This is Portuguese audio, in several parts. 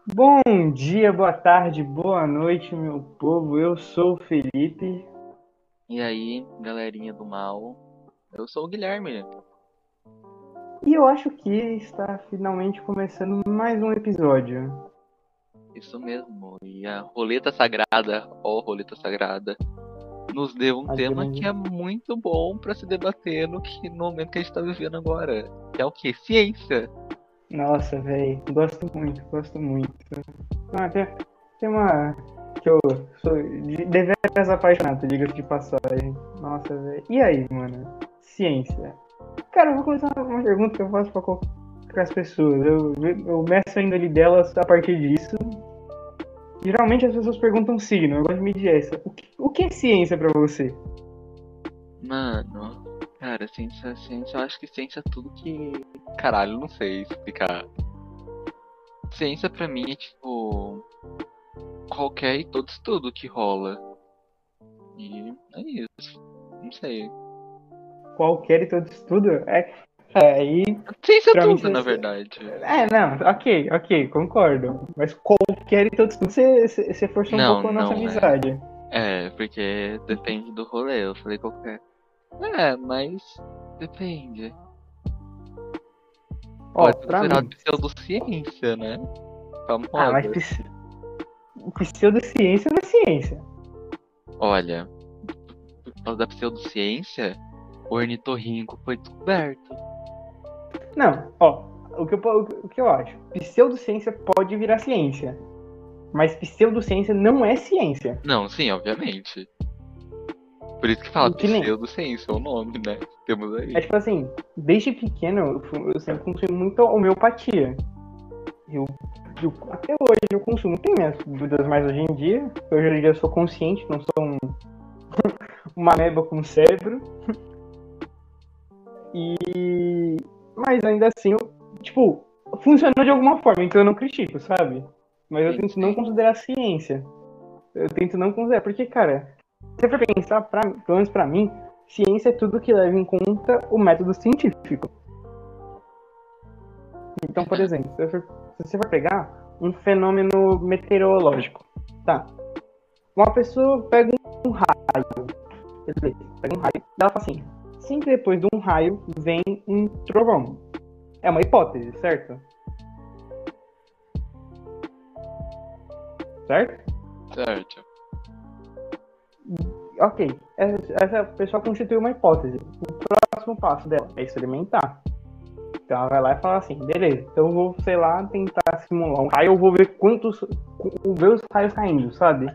Bom dia, boa tarde, boa noite, meu povo. Eu sou o Felipe E aí, galerinha do mal, eu sou o Guilherme. e eu acho que está finalmente começando mais um episódio. Isso mesmo. E a roleta sagrada, ó, roleta sagrada, nos deu um A tema que grande. é muito bom pra se debater no momento que a gente tá vivendo agora. Que é o quê? Ciência. Nossa, velho, gosto muito, gosto muito. Ah, tem uma que eu sou deveras apaixonado, diga-se de passagem. Nossa, velho. E aí, mano? Ciência. Cara, eu vou começar uma pergunta que eu faço para as pessoas. Eu meço a índole delas a partir disso. Geralmente as pessoas perguntam signo, eu gosto de medir essa. O que é ciência pra você? Mano, cara, ciência, eu acho que ciência é tudo que. Caralho, não sei explicar. Ciência pra mim é tipo. Qualquer e todo estudo que rola. E é isso. Não sei. Qualquer e todo estudo? Aí, Ciência é pra mim, tudo, na verdade. não, ok, concordo. Mas qualquer e todo estudo, você forçou um Não, pouco a nossa não é. amizade. É, porque depende do rolê. Eu falei qualquer. É, mas depende. Ó, Pode ser pra considerado mim. pseudociência, né? Mas Famosa. pseudociência não é ciência. Olha, por causa da pseudociência, o ornitorrinco foi descoberto. Não, ó, o que eu acho? Pseudociência pode virar ciência. Mas pseudociência não é ciência. Não, sim, obviamente. Por isso que fala Que nem, pseudociência, é o nome, né? Temos é aí. tipo assim, desde pequeno eu sempre consumi muita homeopatia. Eu, até hoje eu consumo. Tem minhas dúvidas mais hoje em dia. Hoje em dia eu sou consciente, não sou uma ameba com cérebro. E. Mas ainda assim, tipo, funcionou de alguma forma, então eu não critico, sabe? Mas eu Sim, tento não sim. considerar ciência. Eu tento não considerar, porque, cara, se você for pensar, pelo menos pra mim, ciência é tudo que leva em conta o método científico. Então, por É. exemplo, se você for pegar um fenômeno meteorológico, tá? Uma pessoa pega um raio, beleza, pega um raio, e ela fala assim, sempre depois de um raio vem um trovão. É uma hipótese, certo? Certo? Certo. Ok, essa pessoa constitui uma hipótese. O próximo passo dela é experimentar. Então ela vai lá e fala assim, beleza, então eu vou, sei lá, tentar simular um raio, eu vou ver ver os raios caindo, sabe?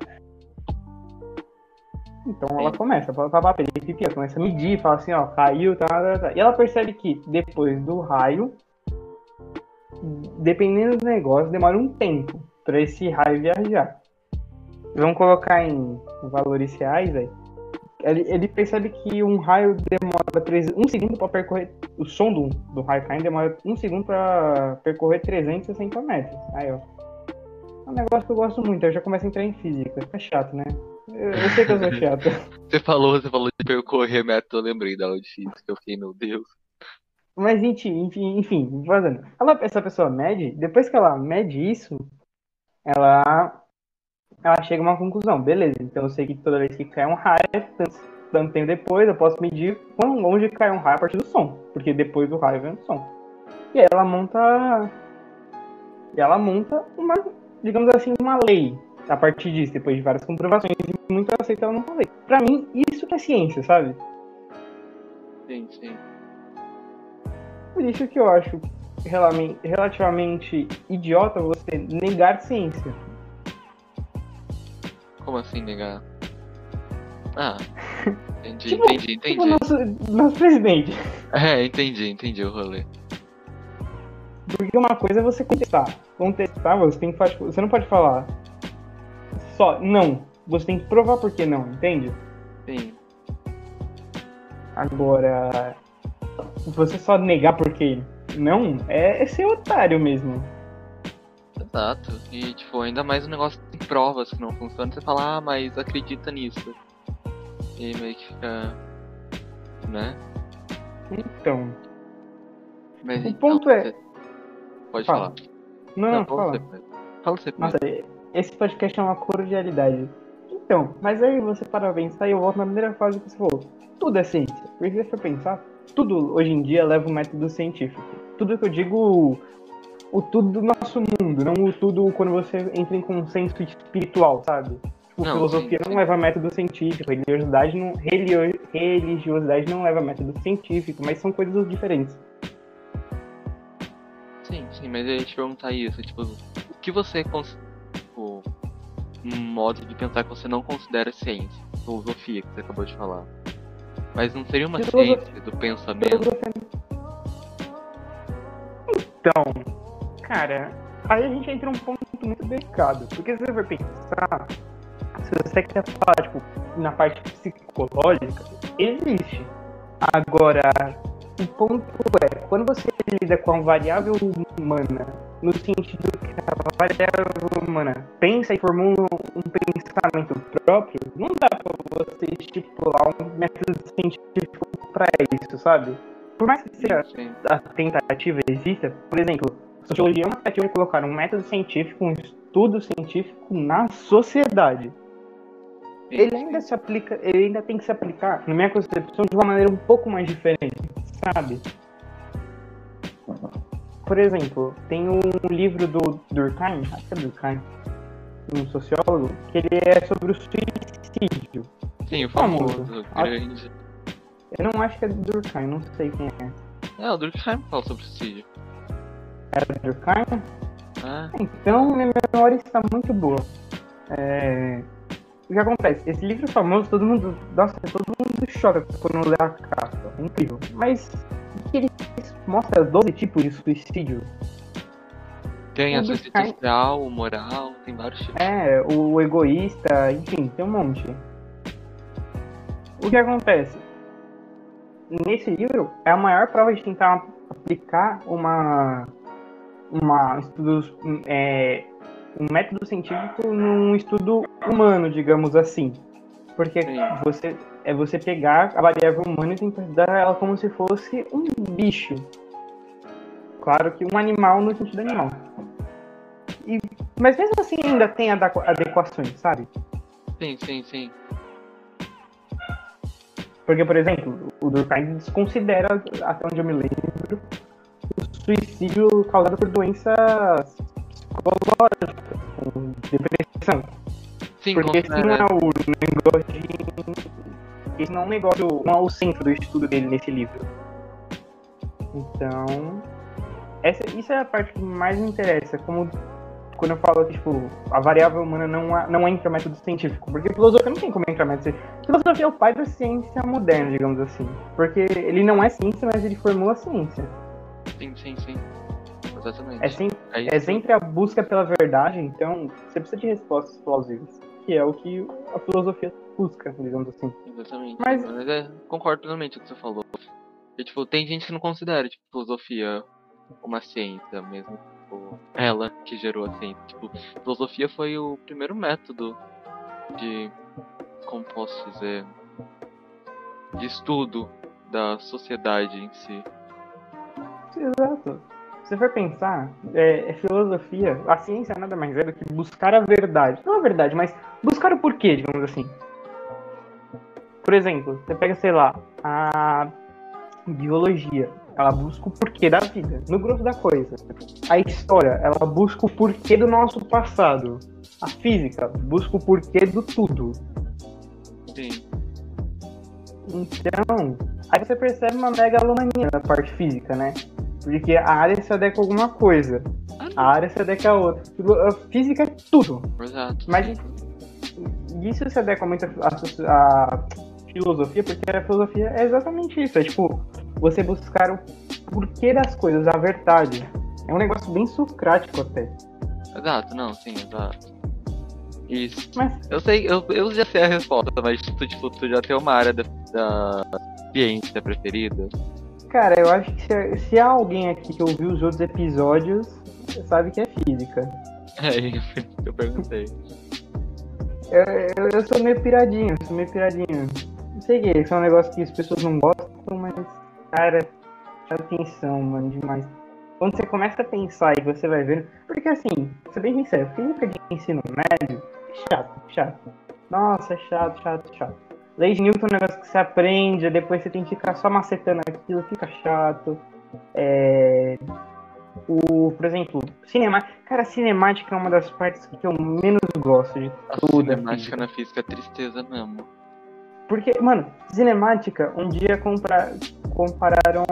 Então ela Sim. começa, começa a medir, fala assim, ó, caiu, tá. E ela percebe que depois do raio, dependendo do negócio, demora um tempo para esse raio viajar. Vamos colocar em valores reais, aí. Ele percebe que um raio demora um segundo para percorrer. O som do raio caindo demora um segundo para percorrer 360 metros. Aí, ó. É um negócio que eu gosto muito. Eu já começo a entrar em física. Fica chato, né? Eu sei que eu sou chato. Você falou de percorrer método, eu lembrei da aula de física. Eu fiquei, meu Deus. Mas, enfim, fazendo. Essa pessoa mede, depois que ela mede isso, ela, ela chega a uma conclusão. Beleza, então eu sei que toda vez que cai um raio, tanto tempo depois, eu posso medir quão longe cai um raio a partir do som. Porque depois do raio vem o som. E aí ela monta uma, digamos assim, uma lei a partir disso, depois de várias comprovações, e muito aceita ela não lei. Pra mim, isso que é ciência, sabe? Sim, sim. Por isso que eu acho relativamente idiota você negar ciência. Como assim negar? Ah, Tipo, tipo entendi. nosso presidente. É, entendi o rolê. Porque uma coisa é você contestar. Contestar, você tem que falar, tipo, você não pode falar só não. Você tem que provar por que não, entende? Sim, Agora, você só negar porque não é ser otário mesmo. exato. E, tipo, ainda mais um negócio que tem provas que não funciona, você fala, ah, mas acredita nisso. E meio que fica, né? Então, Mas o então, ponto é. você pode falar. Fala. Não, Não, não, pra você, fala. pai. Fala você Nossa, primeiro. esse podcast é uma cordialidade. Então, mas aí você para pra pensar e eu volto na primeira fase que você falou. Tudo é ciência. Porque se você pensar, tudo hoje em dia leva o método científico. Tudo que eu digo, o tudo do nosso mundo, não o tudo quando você entra em consenso espiritual, sabe? Tipo, Não, sim, filosofia não sim. leva método científico, religiosidade não leva método científico, mas são coisas diferentes. Sim, sim, mas eu ia te perguntar isso, tipo, o que você tipo, um modo de pensar que você não considera ciência, filosofia que você acabou de falar. Mas não seria uma Filosofia, ciência do pensamento? então, cara, aí a gente entra em um ponto muito delicado, porque se você for pensar, se você quer falar, tipo, na parte psicológica, existe. Agora, o ponto é, quando você lida com a variável humana, no sentido que a variável humana pensa e formula um pensamento próprio, não dá pra você estipular um método científico para isso, sabe? Por mais que seja Sim, a tentativa exista, por exemplo, sociologia é uma tentativa de colocar um método científico, um estudo científico na sociedade. sim, Ele ainda sim. se aplica, ele ainda tem que se aplicar, na minha concepção, de uma maneira um pouco mais diferente, sabe? Por exemplo, tem um livro do Durkheim, acho que é Durkheim, um sociólogo, que ele é sobre o suicídio. Sim, o Famoso. famoso, grande. Eu não acho que é do Durkheim, não sei quem é. É, o Durkheim fala sobre suicídio. É do Durkheim? Ah, Então, minha memória está muito boa. O que acontece? Esse livro famoso, todo mundo choca quando lê a capa. É incrível. Mas ele mostra 12 tipos de suicídio. tem O a suicídio Durkheim social, o moral, tem vários tipos. o egoísta, enfim, tem um monte. O que acontece? Nesse livro, é a maior prova de tentar aplicar um método científico num estudo humano, digamos assim. Porque Sim, você pegar a variável humana e tentar dar ela como se fosse um bicho. Claro que um animal no sentido animal. Mas mesmo assim ainda tem adequações, sabe? sim, sim, sim. Porque, por exemplo, o Durkheim desconsidera, até onde eu me lembro, o suicídio causado por doenças psicológicas, com depressão. Sim, Porque esse não considera. é o negócio esse não é um negócio, não é o centro do estudo dele nesse livro. Então, isso é a parte que mais me interessa, como quando eu falo que, tipo, a variável humana não entra no método científico, porque filosofia não tem como entrar no método científico. Filosofia é o pai da ciência moderna, digamos assim, porque ele não é ciência, mas ele formula a ciência. Sim, sim, sim. Exatamente. É sempre a busca pela verdade, então você precisa de respostas plausíveis, que é o que a filosofia busca, digamos assim. Exatamente. Mas, Concordo plenamente com o que você falou. E, tipo, tem gente que não considera, tipo, filosofia uma ciência mesmo. Tipo, ela que gerou a ciência. Tipo, filosofia foi o primeiro método de, como posso dizer, de estudo da sociedade em si. exato. Se você for pensar, filosofia, a ciência nada mais é do que buscar a verdade. Não a verdade, mas buscar o porquê, digamos assim. Por exemplo, você pega, sei lá, a biologia, ela busca o porquê da vida, no grosso da coisa. A história, ela busca o porquê do nosso passado. A física busca o porquê do tudo. Sim. Então, aí você percebe uma megalomania na parte física, né? Porque a área se adequa a alguma coisa, a área se adequa a outra. A física é tudo. Exato. Mas isso se adequa muito à filosofia, porque a filosofia é exatamente isso. É tipo, você buscar o porquê das coisas, a verdade. É um negócio bem socrático até. Exato, não, sim, exato. Isso. Mas, Eu sei, eu já sei a resposta, mas tu já tem uma área da ciência preferida? cara, eu acho que se há alguém aqui que ouviu os outros episódios, sabe que é física. É, eu perguntei. Eu sou meio piradinho, Não sei o que, isso é um negócio que as pessoas não gostam, mas, cara, presta atenção, mano, demais. quando você começa a pensar e você vai vendo. Porque assim, vou ser bem sincero, física de ensino médio, chato. Nossa, chato. Lei de Newton é um negócio que você aprende, depois você tem que ficar só macetando aquilo, fica chato. Por exemplo, cinemática é uma das partes que eu menos gosto de A toda a cinemática física. na física é tristeza mesmo. Porque, mano, cinemática, um dia compararam.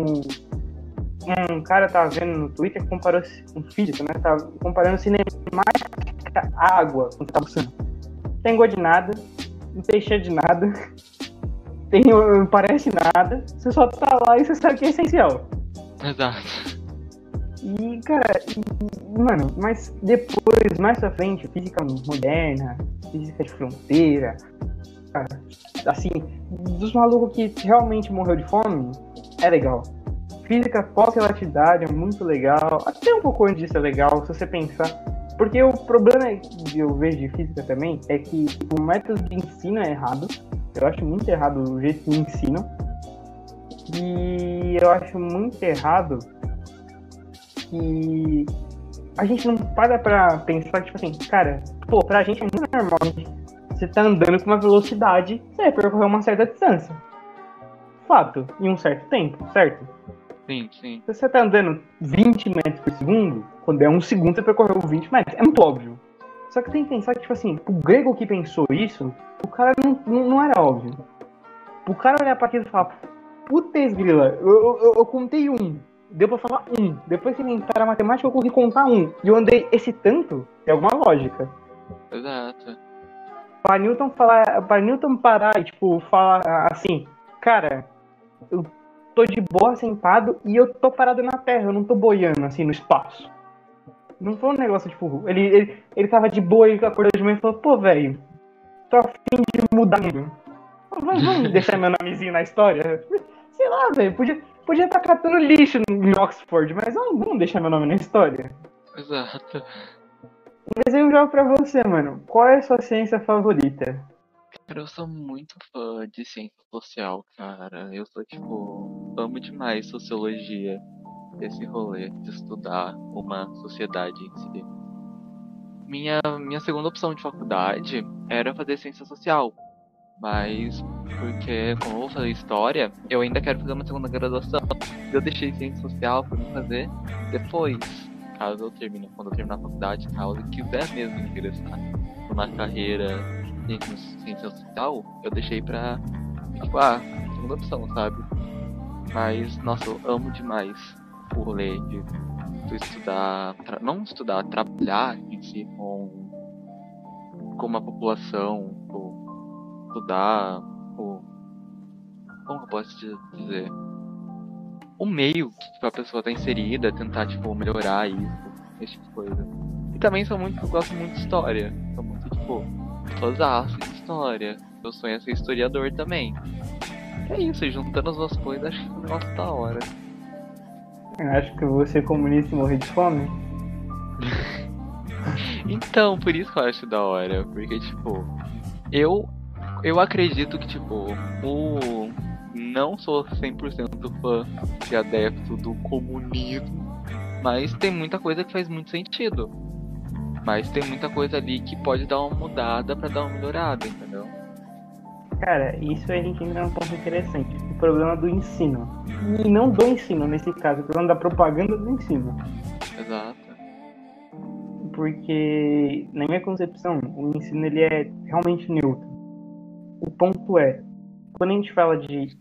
Um cara tava vendo no Twitter, comparou um físico, né? Tava comparando cinemática à água quando tava usando. Não tem gosto de nada, não tem cheiro de nada, não parece nada, você só tá lá e você sabe que é essencial. Exato. E, cara, mano, mas depois, mais pra frente, física moderna, física de fronteira, cara, assim, dos malucos que realmente morreu de fome, é legal. Física pós-relatividade é muito legal, até um pouco antes disso é legal, se você pensar. Porque o problema que eu vejo de física também é que o método de ensino é errado. Eu acho muito errado o jeito que ensinam. E eu acho muito errado que a gente não para pra pensar, tipo assim, cara, pô, pra gente é muito normal. Você tá andando com uma velocidade, você vai percorrer uma certa distância. Fato, em um certo tempo, certo? Sim. Se você tá andando 20 metros por segundo, quando é um segundo você percorreu 20 metros. É muito óbvio. Só que tem que pensar que, tipo assim, o grego que pensou isso, o cara não era óbvio. O cara olhar pra aquilo e falar, putz, grila, eu contei um. Deu pra falar um. Depois que inventaram a matemática, eu consegui contar um. E eu andei esse tanto, tem alguma lógica. Exato. Pra Newton parar e, tipo, falar assim, cara, eu tô de boa sentado e eu tô parado na terra, eu não tô boiando, assim, no espaço. Não foi um negócio, tipo, ele tava de boa e acordou de manhã e falou, pô, velho, tô a fim de mudar o mundo. Vamos deixar meu nomezinho na história? Sei lá, velho, podia estar catando lixo em Oxford, mas vamos deixar meu nome na história. Exato. Mas eu jogo pra você, mano. Qual é a sua ciência favorita? Cara, eu sou muito fã de ciência social, cara. Eu sou, tipo, amo demais sociologia. Esse rolê de estudar uma sociedade em si. Minha segunda opção de faculdade era fazer ciência social. Mas, porque, como eu vou fazer história, eu ainda quero fazer uma segunda graduação. Eu deixei ciência social pra me fazer depois, quando eu terminar a faculdade, caso eu quiser mesmo ingressar numa carreira em ciência social, eu deixei pra, tipo, segunda opção, sabe? Mas, nossa, eu amo demais o rolê de tu estudar, não estudar, trabalhar em si com uma população, estudar como eu posso dizer, o meio que a pessoa tá inserida, tentar, tipo, melhorar isso, esse tipo de coisa. E também eu gosto muito de história, sou muito, tipo, fãzaço de história. Meu sonho é ser historiador também. É isso, e juntando as duas coisas, acho que é um negócio da hora. Eu acho que você comunista e morrer de fome. Então, por isso que eu acho da hora, porque, tipo, eu acredito que, tipo, não sou 100% fã e adepto do comunismo, mas tem muita coisa que faz muito sentido. Mas tem muita coisa ali que pode dar uma mudada pra dar uma melhorada, entendeu? Cara, isso a gente entra num ponto interessante. O problema do ensino. E não do ensino, nesse caso. O problema da propaganda do ensino. Exato. Porque, na minha concepção, o ensino ele é realmente neutro. O ponto é, quando a gente fala de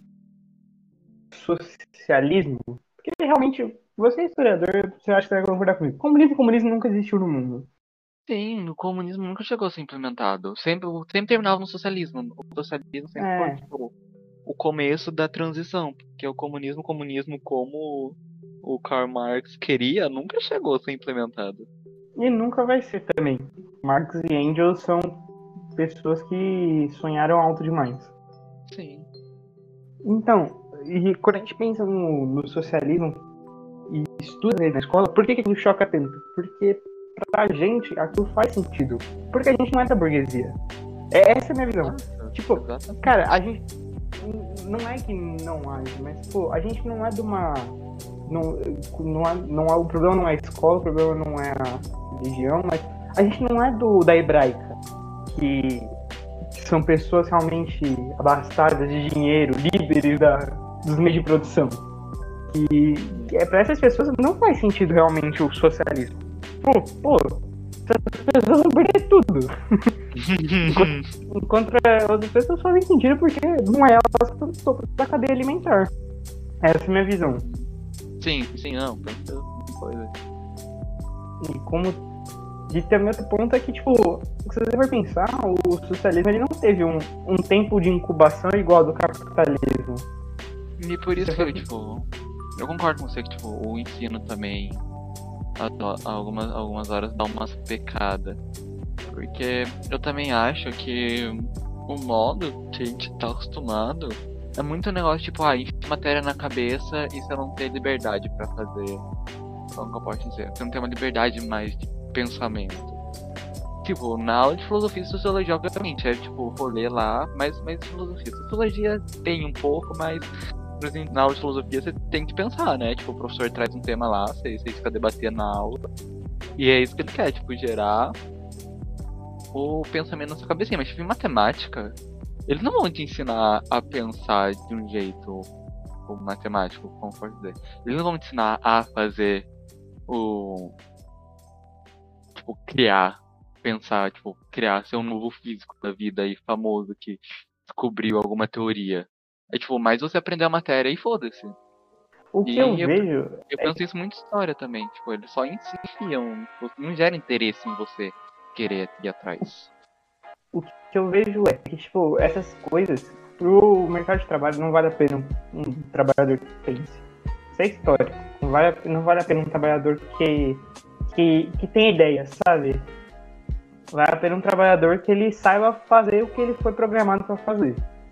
socialismo, porque realmente, você é historiador, você acha que vai concordar comigo. Comunismo nunca existiu no mundo. Sim, o comunismo nunca chegou a ser implementado. Sempre terminava no socialismo. O socialismo sempre foi, É, tipo, o começo da transição. Porque o comunismo como o Karl Marx queria, nunca chegou a ser implementado. e nunca vai ser também. Marx e Engels são pessoas que sonharam alto demais. Sim. Então, e quando a gente pensa no socialismo e estuda ele na escola, por que aquilo choca tanto? Porque pra gente aquilo faz sentido. Porque a gente não é da burguesia. Essa é a minha visão. Nossa, Tipo, exatamente. cara, a gente. não é que não age, mas, pô, a gente não é de uma... Não é, o problema não é a escola, o problema não é a religião, mas a gente não é da hebraica, que são pessoas realmente abastadas de dinheiro, líderes dos meios de produção. E para essas pessoas não faz sentido realmente o socialismo. Pô, essas pessoas vão perder tudo. Enquanto para outras pessoas fazem sentido porque não é elas que estão no topo da cadeia alimentar. Essa é a minha visão. Sim, não, pensa uma coisa. E como... E também outro ponto é que, tipo, se você for pensar, o socialismo ele não teve um tempo de incubação igual ao do capitalismo. E por isso que tipo, eu concordo com você que tipo, o ensino também algumas horas dá umas pecadas. Porque eu também acho que o modo que a gente tá acostumado é muito negócio tipo, enfiar matéria na cabeça e você não ter liberdade pra fazer. Como que eu posso dizer? Você não tem uma liberdade mais de pensamento. Tipo, na aula de filosofia e sociologia, obviamente, é tipo, rolê lá, mas filosofia. Sociologia tem um pouco, mas na aula de filosofia você tem que pensar, né? Tipo, o professor traz um tema lá, você fica debatendo na aula, e é isso que ele quer, tipo, gerar o pensamento na sua cabecinha. Mas tipo, em matemática, eles não vão te ensinar a pensar de um jeito matemático, como pode dizer. Eles não vão te ensinar a fazer criar ser um novo físico da vida aí famoso que descobriu alguma teoria. É tipo, mais você aprender a matéria e foda-se. O que eu vejo. Eu penso isso muito em história também. Tipo, eles só ensinam, não gera interesse em você querer ir atrás. O que eu vejo é que, tipo, essas coisas, pro mercado de trabalho, não vale a pena um trabalhador que pense. Isso é histórico. Não vale a pena um trabalhador que tem ideia, sabe? Vale a pena um trabalhador que ele saiba fazer o que ele foi programado para fazer.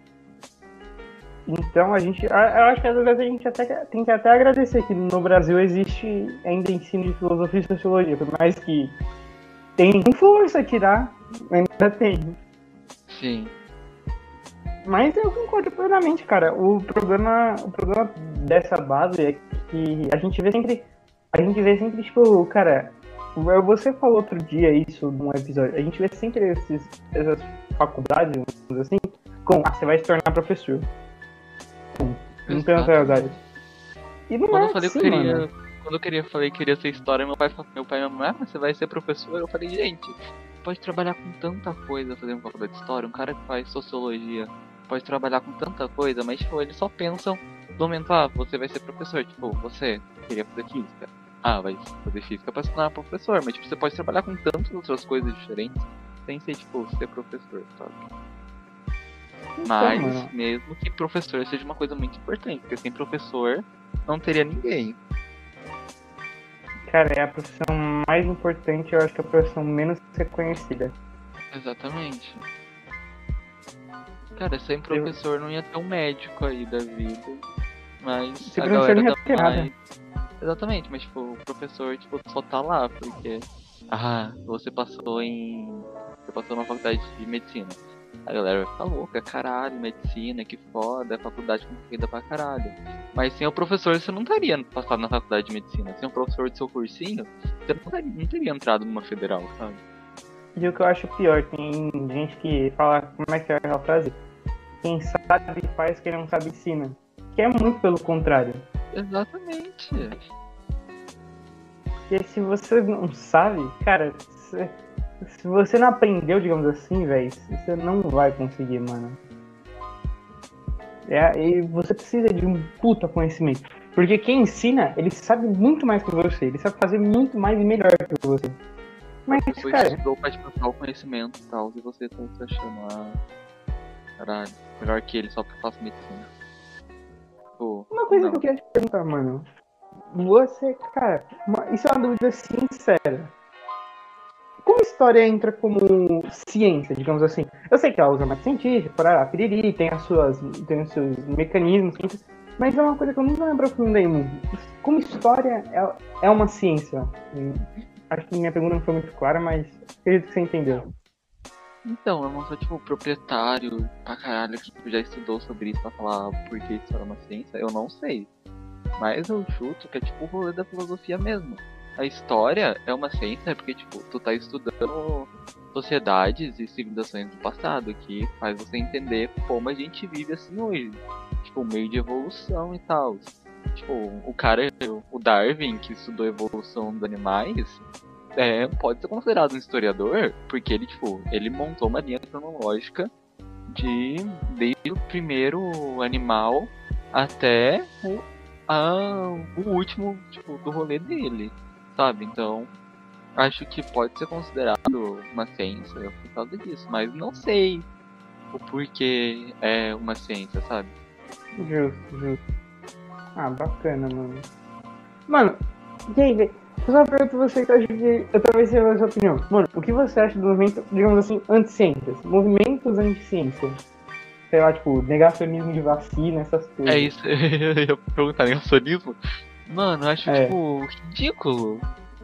Então eu acho que às vezes a gente tem que até agradecer que no Brasil existe ainda ensino de filosofia e sociologia, por mais que tem força que dá, ainda tem. Sim. Mas eu concordo plenamente, cara. O problema dessa base é que a gente vê sempre, tipo, cara, você falou outro dia isso num episódio, a gente vê sempre essas faculdades, assim, você vai se tornar professor. Não tem outras áreas. E não quando é eu falei assim, que mano. Quando eu falei que queria ser história, meu pai e minha mãe, você vai ser professor? Eu falei, gente, pode trabalhar com tanta coisa fazendo faculdade de história. Um cara que faz sociologia pode trabalhar com tanta coisa, mas tipo, eles só pensam no momento, você vai ser professor. Tipo, você queria fazer física. Vai fazer física pra se tornar professor, mas tipo, você pode trabalhar com tantas outras coisas diferentes sem ser, tipo, ser professor, sabe? Mas, mano, mesmo que professor seja uma coisa muito importante, porque sem professor não teria ninguém. cara, é a profissão mais importante, eu acho que é a profissão menos reconhecida. Exatamente. Cara, sem professor não ia ter um médico aí da vida. Mas Se a professor galera não ia dá ter mais. nada. Exatamente, mas tipo, o professor tipo, só tá lá porque. Você passou na faculdade de medicina. A galera vai ficar louca, caralho, medicina, que foda, faculdade concorrida pra caralho. Mas sem o professor você não teria passado na faculdade de medicina. Sem o professor do seu cursinho, você não teria entrado numa federal, sabe? E o que eu acho pior, tem gente que fala, como é que é aquela frase? Quem sabe faz, quem não sabe ensina. Que é muito pelo contrário. Exatamente. Porque se você não sabe, cara, se você não aprendeu, digamos assim, velho, você não vai conseguir, mano. E você precisa de um puta conhecimento. Porque quem ensina, ele sabe muito mais que você. Ele sabe fazer muito mais e melhor que você. Mas, Depois cara... estudou pra te passar o conhecimento e tal, e você tá se achando, caralho, melhor que ele só porque eu faço medicina. Pô, Uma coisa não. que eu queria te perguntar, mano. Você, cara, isso é uma dúvida sincera. Como história entra como ciência, digamos assim? Eu sei que ela usa mais científica, para a piriri, tem os seus mecanismos, mas é uma coisa que eu nunca me aprofundei muito. Como história é uma ciência? Acho que minha pergunta não foi muito clara, mas acredito que você entendeu. Então, eu não sou, tipo, proprietário pra caralho que já estudou sobre isso pra falar por que isso era uma ciência. Eu não sei. Mas eu chuto que é tipo o rolê da filosofia mesmo. A história é uma ciência porque, tipo, tu tá estudando sociedades e civilizações do passado, que faz você entender como a gente vive assim hoje. Tipo, meio de evolução e tal. Tipo, o cara, o Darwin, que estudou a evolução dos animais, pode ser considerado um historiador, porque ele, tipo, ele montou uma linha cronológica de desde o primeiro animal até o último, tipo, do rolê dele, sabe? Então, acho que pode ser considerado uma ciência por causa disso, mas não sei o porquê é uma ciência, sabe? Justo, justo. Ah, bacana, mano. Mano, e aí, velho? Eu só pergunto pra você que eu acho que eu talvez seja a sua opinião. Mano, o que você acha do movimento, digamos assim, anti-ciências? Movimentos anti-ciência? Sei lá, tipo, negacionismo de vacina, essas É coisas. isso, eu ia perguntar negacionismo. Mano, eu acho, É. tipo, ridículo.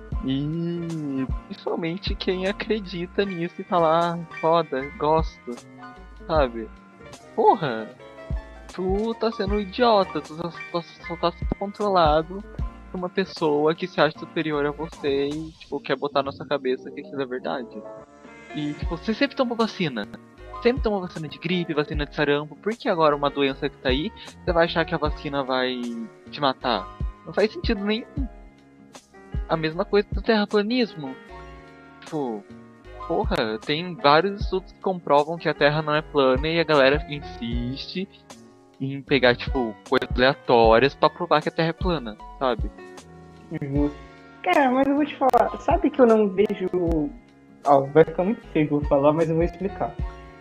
E principalmente quem acredita nisso e fala, ah, foda, gosto, sabe? Porra, tu tá sendo um idiota, tu só tá sendo controlado por uma pessoa que se acha superior a você e, tipo, quer botar na sua cabeça que aquilo é verdade. E, tipo, você sempre toma vacina. Sempre toma vacina de gripe, vacina de sarampo. Por que agora uma doença que tá aí, você vai achar que a vacina vai te matar? Não faz sentido nenhum. A mesma coisa do terraplanismo. Tipo, porra, tem vários estudos que comprovam que a Terra não é plana e a galera insiste em pegar, tipo, coisas aleatórias pra provar que a Terra é plana, sabe? Justo. Cara, mas eu vou te falar, sabe que eu não vejo. Ó, vai ficar muito feio que eu vou falar, mas eu vou explicar.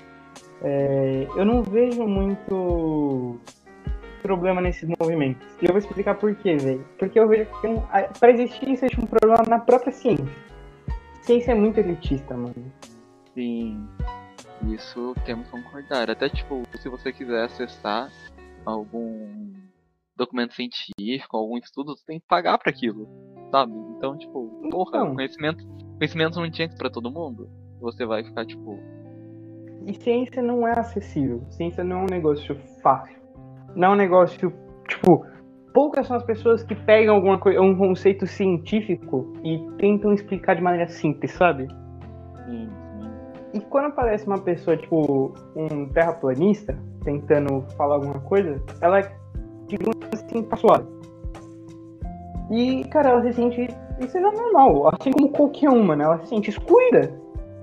Eu não vejo muito problema nesses movimentos. E eu vou explicar por quê, velho. Porque eu vejo que pra existir isso existe um problema na própria ciência. Ciência é muito elitista, mano. Sim, isso temos que concordar. Até, tipo, se você quiser acessar algum documento científico, algum estudo, você tem que pagar pra aquilo, sabe? Então, tipo, porra, Então, conhecimento não tinha que ser pra todo mundo. Você vai ficar, tipo, e ciência não é acessível. Ciência não é um negócio fácil. Não é um negócio, tipo, poucas são as pessoas que pegam alguma coisa, um conceito científico e tentam explicar de maneira simples, sabe? sim, sim. E quando aparece uma pessoa, tipo, um terraplanista, tentando falar alguma coisa, ela é, digamos assim, passuada. E, cara, ela se sente. Isso é normal, assim como qualquer uma, né? Ela se sente excluída.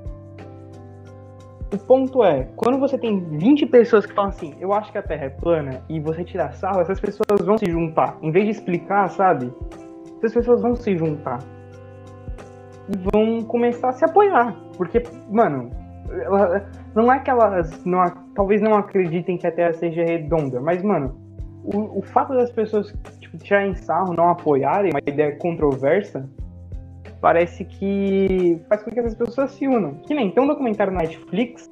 O ponto é, quando você tem 20 pessoas que falam assim, eu acho que a Terra é plana, e você tirar sarro, essas pessoas vão se juntar. Em vez de explicar, sabe? Essas pessoas vão se juntar. E vão começar a se apoiar. Porque, mano, não é que elas talvez não acreditem que a Terra seja redonda, mas, mano, o fato das pessoas tipo, tirarem sarro, não apoiarem uma ideia controversa, parece que faz com que essas pessoas se unam. Que nem tem um documentário na Netflix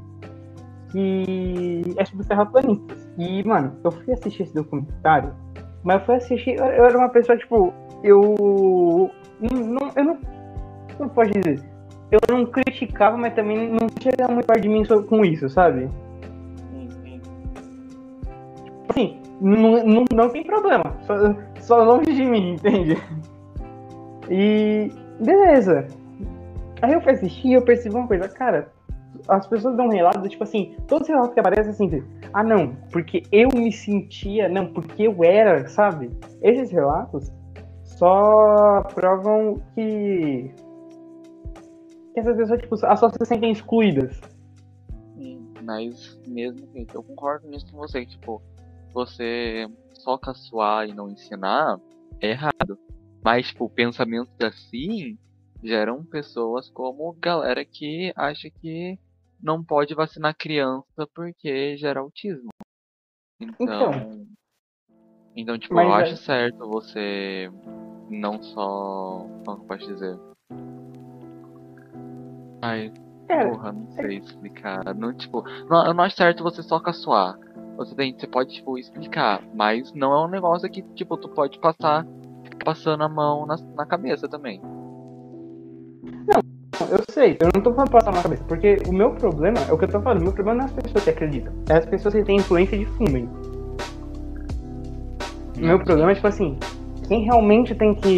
que é sobre terraplanistas. E, mano, eu fui assistir esse documentário, mas eu fui assistir, eu era uma pessoa, tipo, eu não como pode dizer? Eu não criticava, mas também não chegava muito perto de mim com isso, sabe? Assim, não tem problema. Só longe de mim, entende? E beleza. Aí eu fui assistir e eu percebi uma coisa, cara, as pessoas dão um relato, tipo assim, todos os relatos que aparecem assim, ah não, porque eu me sentia, não, porque eu era, sabe? Esses relatos só provam que essas pessoas, tipo, só se sentem excluídas. Mas mesmo que eu concordo nisso com você, que, tipo, você só caçoar e não ensinar é errado. Mas, tipo, pensamentos assim geram pessoas como galera que acha que não pode vacinar criança porque gera autismo. Então, Então, tipo, eu mas acho certo você não só. Como que eu posso dizer? Ai, cara, porra, não sei explicar. Não, tipo, não, eu não acho certo você só caçoar. Você pode, tipo, explicar, mas não é um negócio que, tipo, tu pode passar passando a mão na cabeça também. Eu sei, eu não tô falando passar na cabeça, porque o meu problema, é o que eu tô falando, o meu problema não é as pessoas que acreditam, é as pessoas que têm influência e difundem. O meu problema é, tipo assim, quem realmente tem que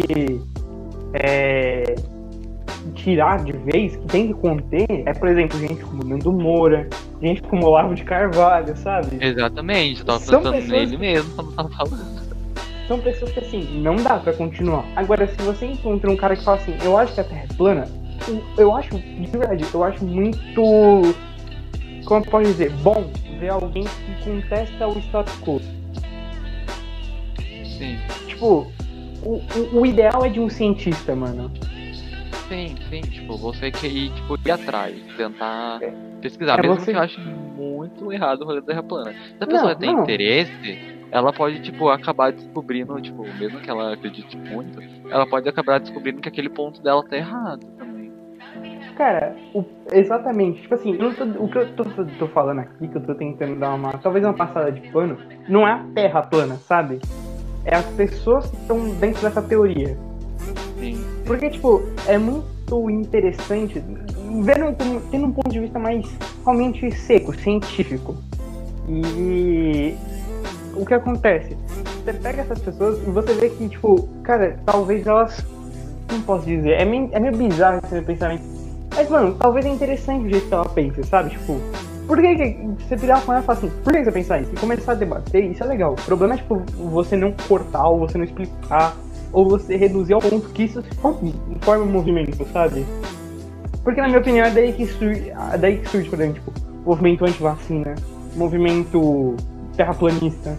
tirar de vez, que tem que conter, é, por exemplo, gente como Nando Moura, gente como Olavo de Carvalho, sabe? Exatamente, eu tava São pensando pessoas nele mesmo quando tava falando. São pessoas que, assim, não dá pra continuar. Agora, se você encontra um cara que fala assim, eu acho que a Terra é plana, eu acho, de verdade, eu acho muito, como eu posso dizer, bom ver alguém que contesta o status quo. Sim. Tipo, o ideal é de um cientista, mano. Sim, tipo, você quer ir, tipo, ir atrás, tentar pesquisar, É mesmo você... que eu ache muito errado o rolê da Terra plana. Se a pessoa tem Não. interesse, ela pode, tipo, acabar descobrindo, tipo, mesmo que ela acredite muito, ela pode acabar descobrindo que aquele ponto dela tá errado também. Cara, exatamente. Tipo assim, o que eu tô falando aqui, que eu tô tentando dar talvez uma passada de pano, não é a Terra plana, sabe? É as pessoas que estão dentro dessa teoria. Sim. Porque, tipo, é muito interessante tendo um ponto de vista mais realmente seco, científico. E o que acontece? Você pega essas pessoas e você vê que, tipo, cara, talvez elas. Não posso dizer, é meio bizarro esse meu pensamento. Mas, mano, talvez é interessante o jeito que ela pensa, sabe? Tipo, por que você virar com ela e falar assim, por que você pensar isso? E começar a debater, isso é legal. O problema é, tipo, você não cortar, ou você não explicar, ou você reduzir ao ponto que isso forma um movimento, sabe? Porque, na minha opinião, é daí que surge, por exemplo, tipo, movimento anti-vacina, movimento terraplanista.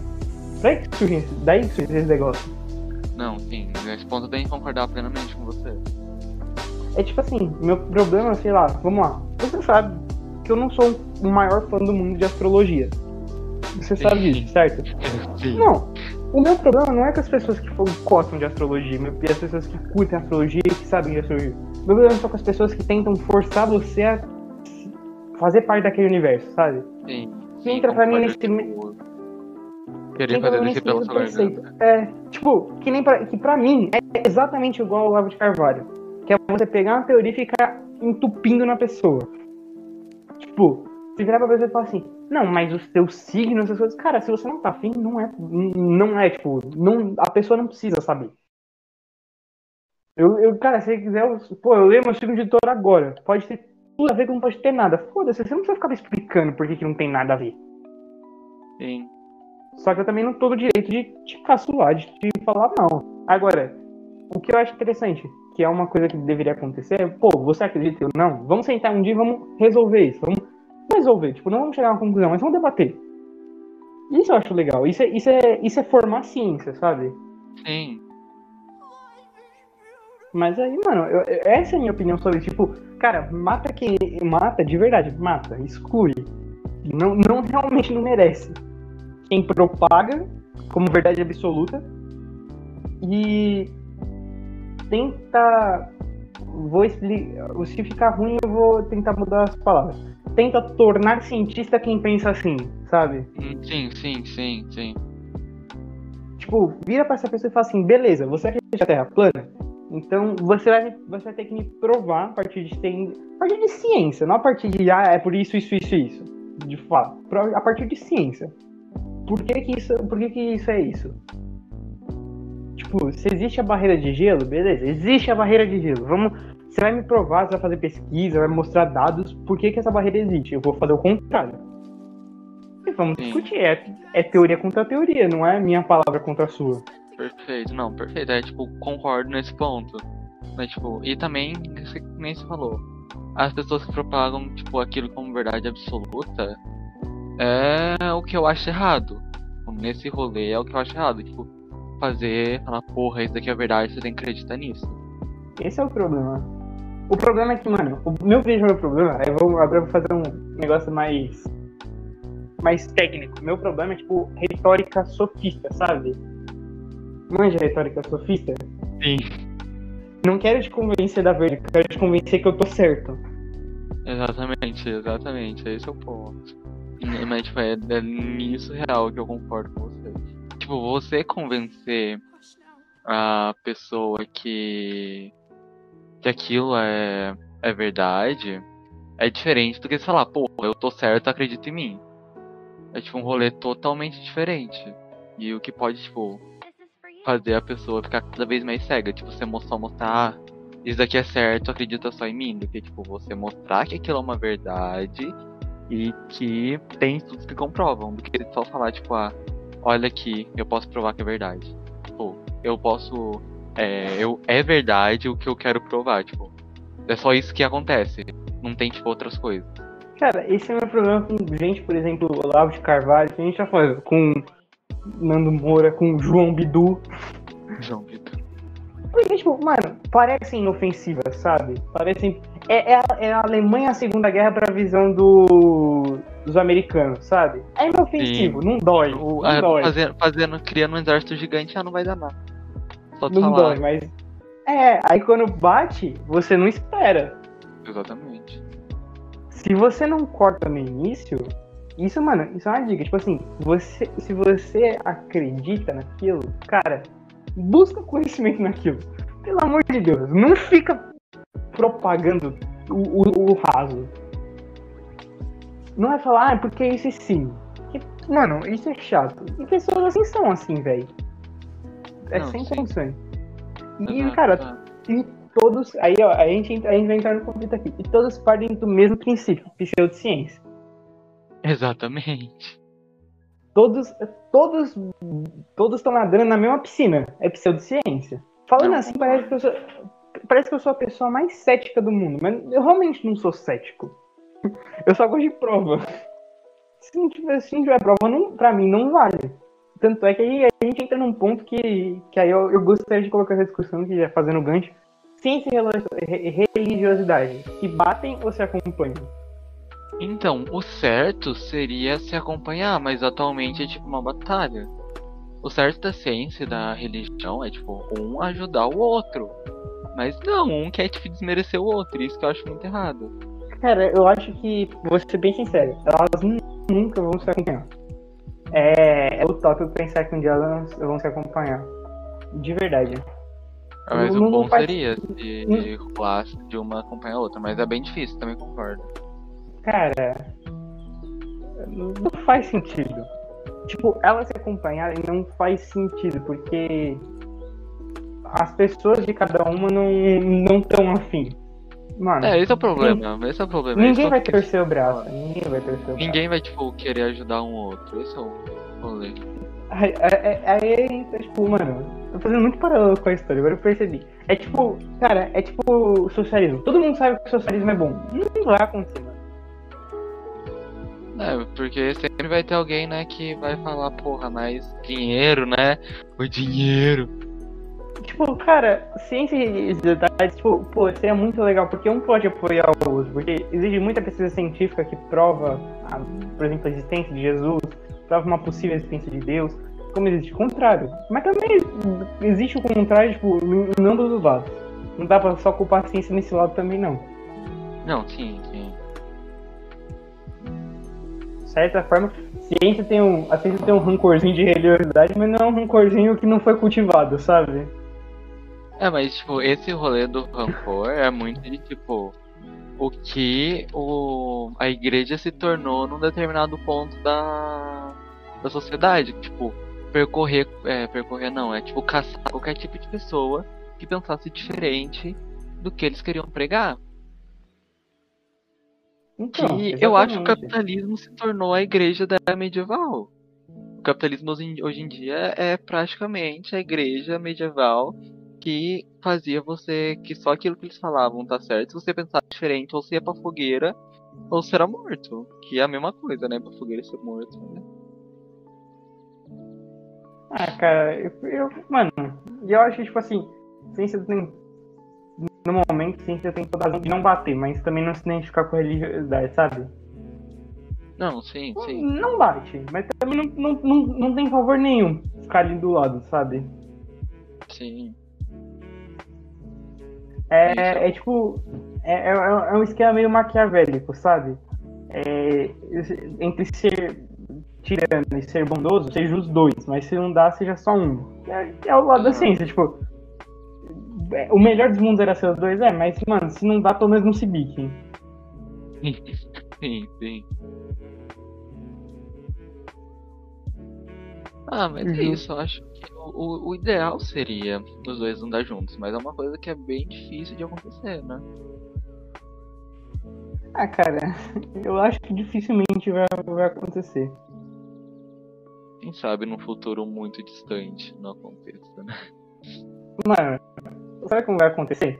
Daí que surge esse negócio. Não, sim, nesse ponto eu tenho que concordar plenamente com você. É tipo assim, meu problema, sei lá, vamos lá. Você sabe que eu não sou o maior fã do mundo de astrologia. Você sabe disso, certo? Sim. Não. O meu problema não é com as pessoas que gostam de astrologia, e as pessoas que curtem astrologia e que sabem de astrologia. Meu problema é só com as pessoas que tentam forçar você a fazer parte daquele universo, sabe? Sim, Que entra pra mim nesse... querer fazer descer pela sua preceito. garganta. É, tipo, que pra mim é exatamente igual ao Olavo de Carvalho. Que é você pegar uma teoria e ficar entupindo na pessoa. Tipo, se virar pra pessoa e falar assim, não, mas o seu signo, essas coisas, cara, se você não tá afim, tipo, a pessoa não precisa saber. Cara, se você quiser, eu leio meu signo de touro agora. Pode ter tudo a ver, como pode ter nada. Foda-se, você não precisa ficar me explicando por que não tem nada a ver. Sim. Só que eu também não tô no direito de te caçoar, de te falar não. Agora, o que eu acho interessante, que é uma coisa que deveria acontecer, é, pô, você acredita ou não? Vamos sentar um dia e vamos resolver isso. Vamos resolver, tipo, não vamos chegar a uma conclusão, mas vamos debater. Isso eu acho legal. Isso é formar ciência, sabe? Sim. Mas aí, mano, essa é a minha opinião sobre, tipo, cara, mata quem mata, de verdade, mata, exclui. Não realmente não merece. Quem propaga como verdade absoluta e tenta. Vou explicar. Se ficar ruim, eu vou tentar mudar as palavras. Tenta tornar cientista quem pensa assim, sabe? Sim. Tipo, vira pra essa pessoa e fala assim: beleza, você acredita na Terra plana? Então você vai ter que me provar a partir de ciência, não a partir de é por isso. De fato, a partir de ciência. Por que isso é isso? Tipo, se existe a barreira de gelo, beleza, existe a barreira de gelo. Você vai me provar, você vai fazer pesquisa, vai mostrar dados, por que essa barreira existe. Eu vou fazer o contrário. E vamos discutir. É teoria contra teoria, não é minha palavra contra a sua. Perfeito, não, perfeito. É tipo, concordo nesse ponto. Mas, tipo, e também, nem se falou, as pessoas que propagam, tipo, aquilo como verdade absoluta é o que eu acho errado. Nesse rolê é o que eu acho errado. Tipo, falar, porra, isso daqui é verdade, você tem que acreditar nisso. Esse é o problema. O problema é que, mano, meu problema, agora eu vou fazer um negócio mais técnico. Meu problema é, tipo, retórica sofista, sabe? Manja retórica sofista? Sim. Não quero te convencer da verdade, quero te convencer que eu tô certo. Exatamente, esse é o ponto. Mas, tipo, é nisso real que eu concordo com você. Tipo, você convencer a pessoa que aquilo é é verdade, é diferente do que você falar, pô, eu tô certo, acredito em mim. É tipo um rolê totalmente diferente. E o que pode, tipo, fazer a pessoa ficar cada vez mais cega. Tipo, você só mostrar, ah, isso daqui é certo, acredita só em mim. Do que, tipo, você mostrar que aquilo é uma verdade e que tem estudos que comprovam. Do que só falar, tipo, ah, olha aqui, eu posso provar que é verdade. Tipo, eu posso. É verdade o que eu quero provar, tipo. É só isso que acontece. Não tem, tipo, outras coisas. Cara, esse é o meu problema com gente, por exemplo, Olavo de Carvalho, que a gente já falou, com Nando Moura, com João Bidu. João Vitor. Porque, tipo, mano, parecem inofensivas, sabe? Parecem. É a Alemanha Segunda Guerra pra visão dos americanos, sabe? É inofensivo, Sim. não dói. O- Não ah, dói. criando um exército gigante, não vai dar nada. Só de Não falar. dói, mas. Aí quando bate, você não espera. Exatamente. Se você não corta no início, isso, mano, isso é uma dica. Tipo assim, se você acredita naquilo, cara, busca conhecimento naquilo. Pelo amor de Deus, não fica propagando o raso. Não vai falar, é porque isso sim. Mano, isso é chato. E pessoas assim são assim, velho. É Não, sem sim. condições. E, Exato, cara, exato. e todos. Aí, ó, a gente vai entrar no conflito aqui. E todos partem do mesmo princípio, pseudociência. Exatamente. Todos estão nadando na mesma piscina. É pseudociência. Falando Não, assim, parece que eu sou a pessoa mais cética do mundo. Mas eu realmente não sou cético. Eu só gosto de prova. Se não tiver prova, pra mim não vale. Tanto é que aí a gente entra num ponto que aí eu gostaria de colocar essa discussão, que é fazendo gancho. Ciência e religiosidade. Se batem ou se acompanham? então, o certo seria se acompanhar, mas atualmente é tipo uma batalha. O certo da ciência e da religião é tipo um ajudar o outro. Mas não, um quer tipo desmerecer o outro, isso que eu acho muito errado. Cara, eu acho que, vou ser bem sincero, elas nunca vão se acompanhar. É utópico pensar que um dia elas vão se acompanhar. De verdade. Mas o Não bom faz. seria se rolasse de uma acompanhar a outra, mas é bem difícil, também concordo. Cara, não faz sentido. Tipo, elas se acompanharem não faz sentido, porque as pessoas de cada uma não estão afim. Mano, Esse é o problema, esse é o problema. ninguém vai torcer o braço. Ninguém vai torcer o braço. Ninguém vai, tipo, querer ajudar um outro. Esse é o rolê. Aí, tipo, mano, tô fazendo muito paralelo com a história, agora eu percebi. É tipo, cara, é tipo socialismo. Todo mundo sabe que o socialismo é bom. Não vai acontecer, mano. Porque sempre vai ter alguém, né, que vai falar, porra, mais dinheiro, né? O dinheiro. Tipo, cara, ciência e religiosidade, tipo, pô, seria muito legal, porque um pode apoiar o outro, porque existe muita pesquisa científica que prova, por exemplo, a existência de Jesus, prova uma possível existência de Deus, como existe o contrário. Mas também existe o contrário, tipo, em ambos os lados. Não dá pra só culpar a ciência nesse lado também, não. Não, sim. De certa forma, a ciência tem um rancorzinho de religiosidade, mas não é um rancorzinho que não foi cultivado, sabe? Mas, tipo, esse rolê do rancor é muito de, tipo, o que a igreja se tornou num determinado ponto da sociedade. Tipo, percorrer não, é tipo caçar qualquer tipo de pessoa que pensasse diferente do que eles queriam pregar. Então, Que exatamente. eu acho que o capitalismo se tornou a igreja da era medieval. O capitalismo hoje em dia é praticamente a igreja medieval que fazia que só aquilo que eles falavam tá certo. Se você pensar diferente, ou você ia pra fogueira, ou você era morto. Que é a mesma coisa, né? Pra fogueira ser morto, né? Cara, mano, eu acho que, tipo assim, ciência tem. No momento, ciência tem toda a razão de não bater, mas também não se identificar com a religiosidade, sabe? Não, sim. Não bate, mas também não tem favor nenhum ficar ali do lado, sabe? Sim. Tipo. É um esquema meio maquiavélico, sabe? Entre ser tirano e ser bondoso, seja os dois, mas se não dá, seja só um. É o lado da ciência, tipo. O melhor dos mundos era ser os dois, mas, mano, se não dá, pelo menos não se biquem. Sim, sim. Ah, mas é isso, eu acho que o ideal seria os dois andar juntos, mas é uma coisa que é bem difícil de acontecer, né? Ah, cara, eu acho que dificilmente vai acontecer. Quem sabe num futuro muito distante não aconteça, né? Mano, sabe como vai acontecer?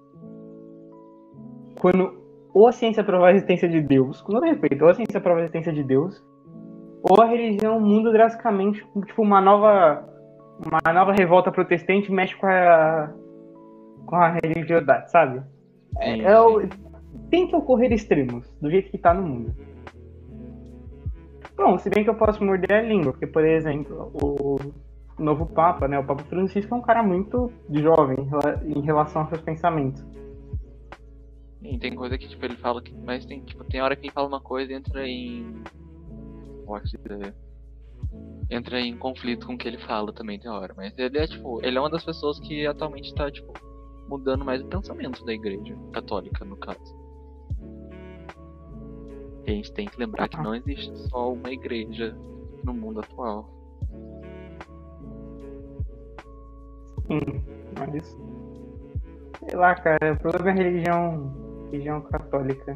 Quando ou a ciência provar a existência de Deus, com todo respeito, ou a ciência prova a existência de Deus, ou a religião muda drasticamente, tipo, uma nova revolta protestante mexe com a religiosidade, sabe? Sim, sim. Tem que ocorrer extremos, do jeito que tá no mundo. Bom, se bem que eu posso morder a língua, porque, por exemplo, o novo Papa, né, o Papa Francisco é um cara muito jovem em relação aos seus pensamentos. Sim, tem coisa que tipo, ele fala que. Mas tem hora que ele fala uma coisa e entra em. Entra em conflito com o que ele fala também tem hora. Mas ele é tipo. Ele é uma das pessoas que atualmente tá, tipo, mudando mais o pensamento da igreja católica, no caso. E a gente tem que lembrar que não existe só uma igreja no mundo atual. Sim, mas. Sei lá, cara, o problema é a religião católica.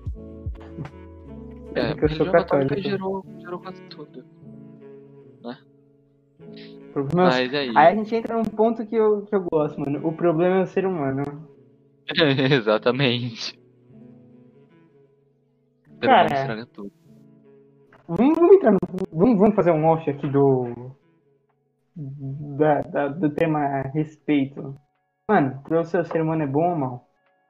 É, Porque a eu sou religião católica católico. gerou quase tudo, né? Mas Mas é aí a isso. gente entra num ponto que eu gosto, mano. O problema é o ser humano. Exatamente. O ser humano Cara, estraga tudo. vamos entrar vamos fazer um off aqui do tema respeito. Mano, pra você o ser humano é bom ou mal?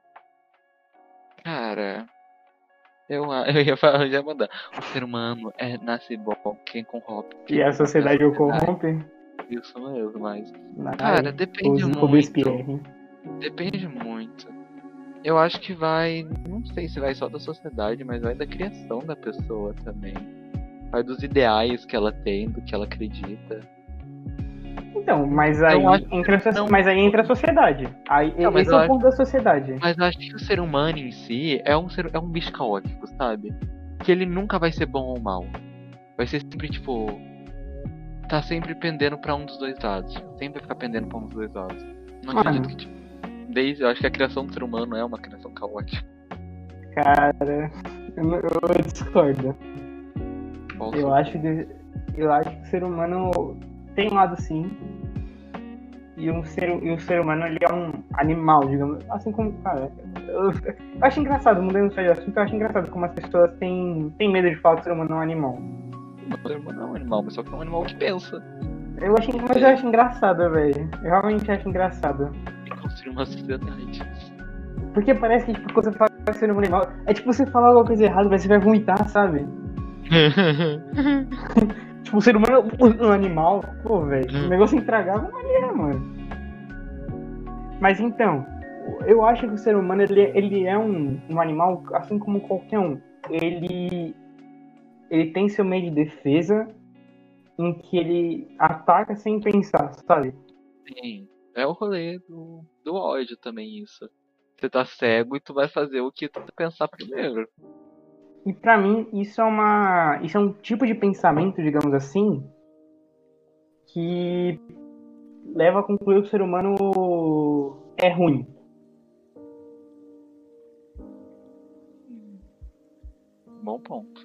Cara, eu ia falar, eu ia mandar. O ser humano nasce bom, quem E a corrompe a sociedade o sociedade. corrompe? Isso mesmo, mas. Cara, Ai, depende os muito. Robespierre. Depende muito. Eu acho que vai. Não sei se vai só da sociedade, mas vai da criação da pessoa também. Vai dos ideais que ela tem, do que ela acredita. Então, Eu acho não. mas aí entra a sociedade. Aí, Não, mas esse eu é o acho. ponto da sociedade. Mas eu acho que o ser humano em si é um bicho caótico, sabe? Que ele nunca vai ser bom ou mal. Vai ser sempre, tipo. Tá sempre pendendo pra um dos dois lados. Sempre vai ficar pendendo pra um dos dois lados. Não acredito Mano, que, tipo. Eu acho que a criação do ser humano é uma criação caótica. cara, eu discordo. Eu acho que o ser humano tem um lado sim. E o ser humano ele é um animal, digamos. Assim como, cara, eu acho engraçado, mudando de assunto, eu acho engraçado como as pessoas têm medo de falar que o ser humano é um animal. O ser humano é um animal, mas só que é um animal que pensa. Mas eu acho engraçado, velho. Eu realmente acho engraçado. E construir uma sociedade. Porque parece que, tipo, quando você fala que você é um animal, é tipo você falar alguma coisa errada, você vai vomitar, sabe? Tipo, o ser humano é um animal. Pô, velho, o negócio intragável não é, mano. Mas então, eu acho que o ser humano, ele é um animal, assim como qualquer um. Ele tem seu meio de defesa, em que ele ataca sem pensar, sabe? Sim. É o rolê do ódio também, isso. Você tá cego e tu vai fazer o que tu pensar primeiro. E pra mim, isso é um tipo de pensamento, digamos assim, que leva a concluir que o ser humano é ruim. Bom ponto.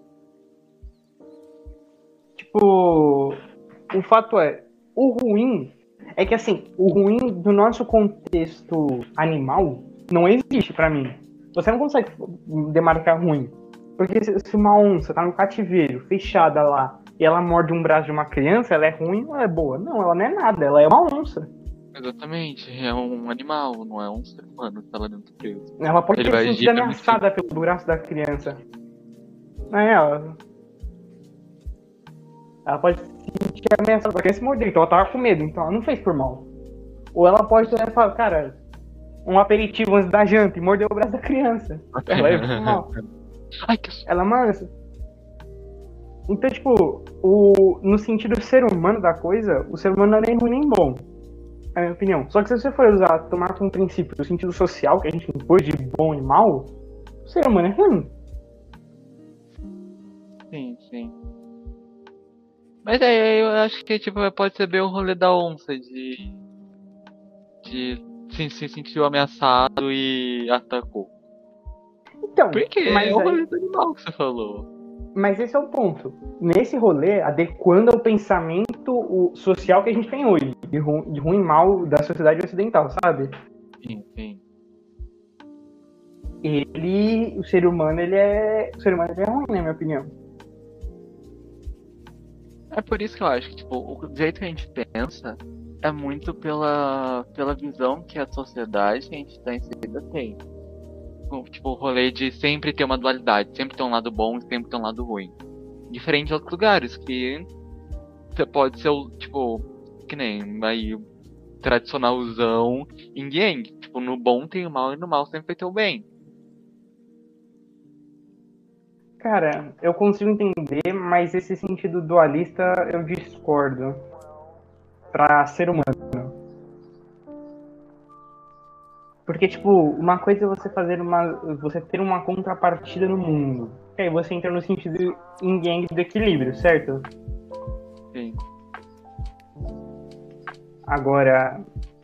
Tipo, o fato o ruim é que assim, o ruim do nosso contexto animal não existe pra mim. Você não consegue demarcar ruim. Porque se uma onça tá no cativeiro, fechada lá, e ela morde um braço de uma criança, ela é ruim ou ela é boa? Não, ela não é nada, ela é uma onça. Exatamente, é um animal, não é um ser humano que tá lá dentro preso. Ela pode Ele ter vai se agir sentido pelo instinto. ameaçada pelo braço da criança. Ela pode se sentir ameaçada, porque se morder, então ela tava com medo, então ela não fez por mal. Ou ela pode ter falado, cara, um aperitivo antes da janta e mordeu o braço da criança. Ela é por mal. Ai, que... Ela mansa. Então, tipo, no sentido ser humano da coisa, o ser humano não é nem ruim nem bom. a minha opinião. Só que se você for tomar como princípio o sentido social que a gente impôs de bom e mal, o ser humano é ruim. Sim, sim. Mas aí eu acho que tipo, pode ser bem o rolê da onça de se sentiu ameaçado e atacou. Então, Porque é mas o aí, rolê do animal que você falou. mas esse é o ponto. Nesse rolê, adequando ao pensamento social que a gente tem hoje, de ruim e mal da sociedade ocidental, sabe? Sim, sim. O ser humano, ele é ruim, na minha opinião. É por isso que eu acho que tipo, o jeito que a gente pensa é muito pela visão que a sociedade que a gente está inserida tem. Tipo, o rolê de sempre ter uma dualidade, sempre ter um lado bom e sempre ter um lado ruim. Diferente de outros lugares, que você pode ser, tipo, que nem aí, tradicionalzão yin yang. Tipo, no bom tem o mal e no mal sempre vai ter o bem. Cara, eu consigo entender, mas esse sentido dualista eu discordo pra ser humano. Porque, tipo, uma coisa é você ter uma contrapartida no mundo. E aí você entra no sentido yin yang do equilíbrio, certo? Sim. Agora,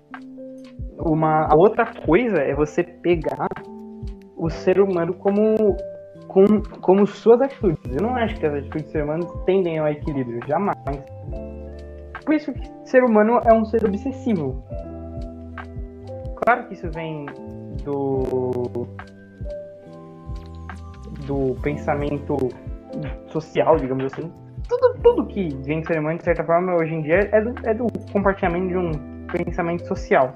a outra coisa é você pegar o ser humano como suas atitudes. Eu não acho que as atitudes do ser humano tendem ao equilíbrio, jamais. Por isso que o ser humano é um ser obsessivo. Claro que isso vem do pensamento social, digamos assim. Tudo que vem do ser humano, de certa forma, hoje em dia, é do compartilhamento de um pensamento social.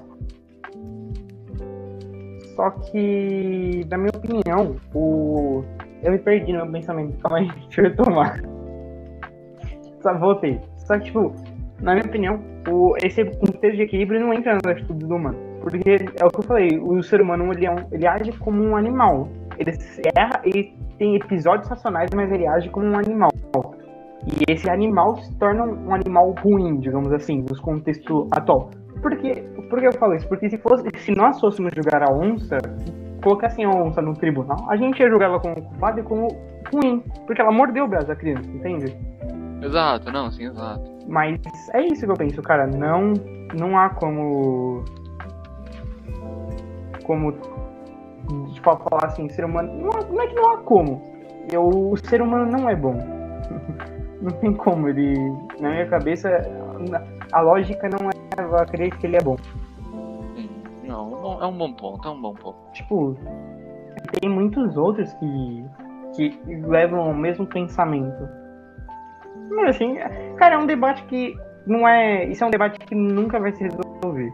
Só que, na minha opinião, eu me perdi no meu pensamento. Calma aí, deixa eu retomar. Voltei. Só que, tipo, na minha opinião, esse contexto de equilíbrio não entra nas atitudes do humano. Porque é o que eu falei, o ser humano ele age como um animal. Ele erra, ele tem episódios racionais, mas ele age como um animal. E esse animal se torna um animal ruim, digamos assim, nos contextos atual. Por que eu falo isso? Porque se nós fôssemos julgar a onça, colocassem a onça no tribunal, a gente ia julgar ela como culpada e como ruim. Porque ela mordeu o braço da criança, entende? Exato, não, sim, exato. Mas é isso que eu penso, cara. Não há como tipo, falar assim, ser humano. Não é que não há como. O ser humano não é bom. Não tem como. Ele, na minha cabeça, a lógica não é acreditar que ele é bom. Sim. Não, é um bom ponto. Tipo, tem muitos outros que levam ao mesmo pensamento. Mas assim, cara, é um debate que não é. Isso é um debate que nunca vai se resolver.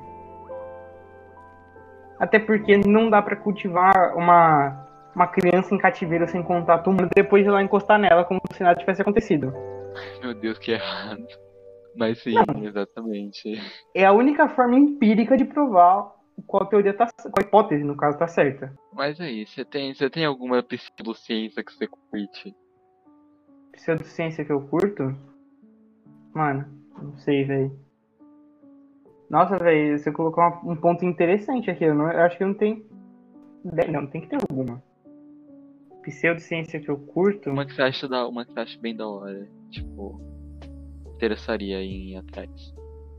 Até porque não dá pra cultivar uma criança em cativeiro sem contato humano depois de lá encostar nela como se nada tivesse acontecido. Meu Deus, que errado. Mas sim, exatamente. É a única forma empírica de provar qual a hipótese, no caso, tá certa. Mas aí, você tem alguma pseudociência que você curte? Pseudociência que eu curto? Mano, não sei, velho. Nossa, velho, você colocou um ponto interessante aqui. Eu acho que não tem. Não, tem que ter alguma. Pseudociência que eu curto? Uma que você acha bem da hora. Tipo, interessaria em ir atrás.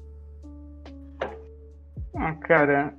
Ah, cara.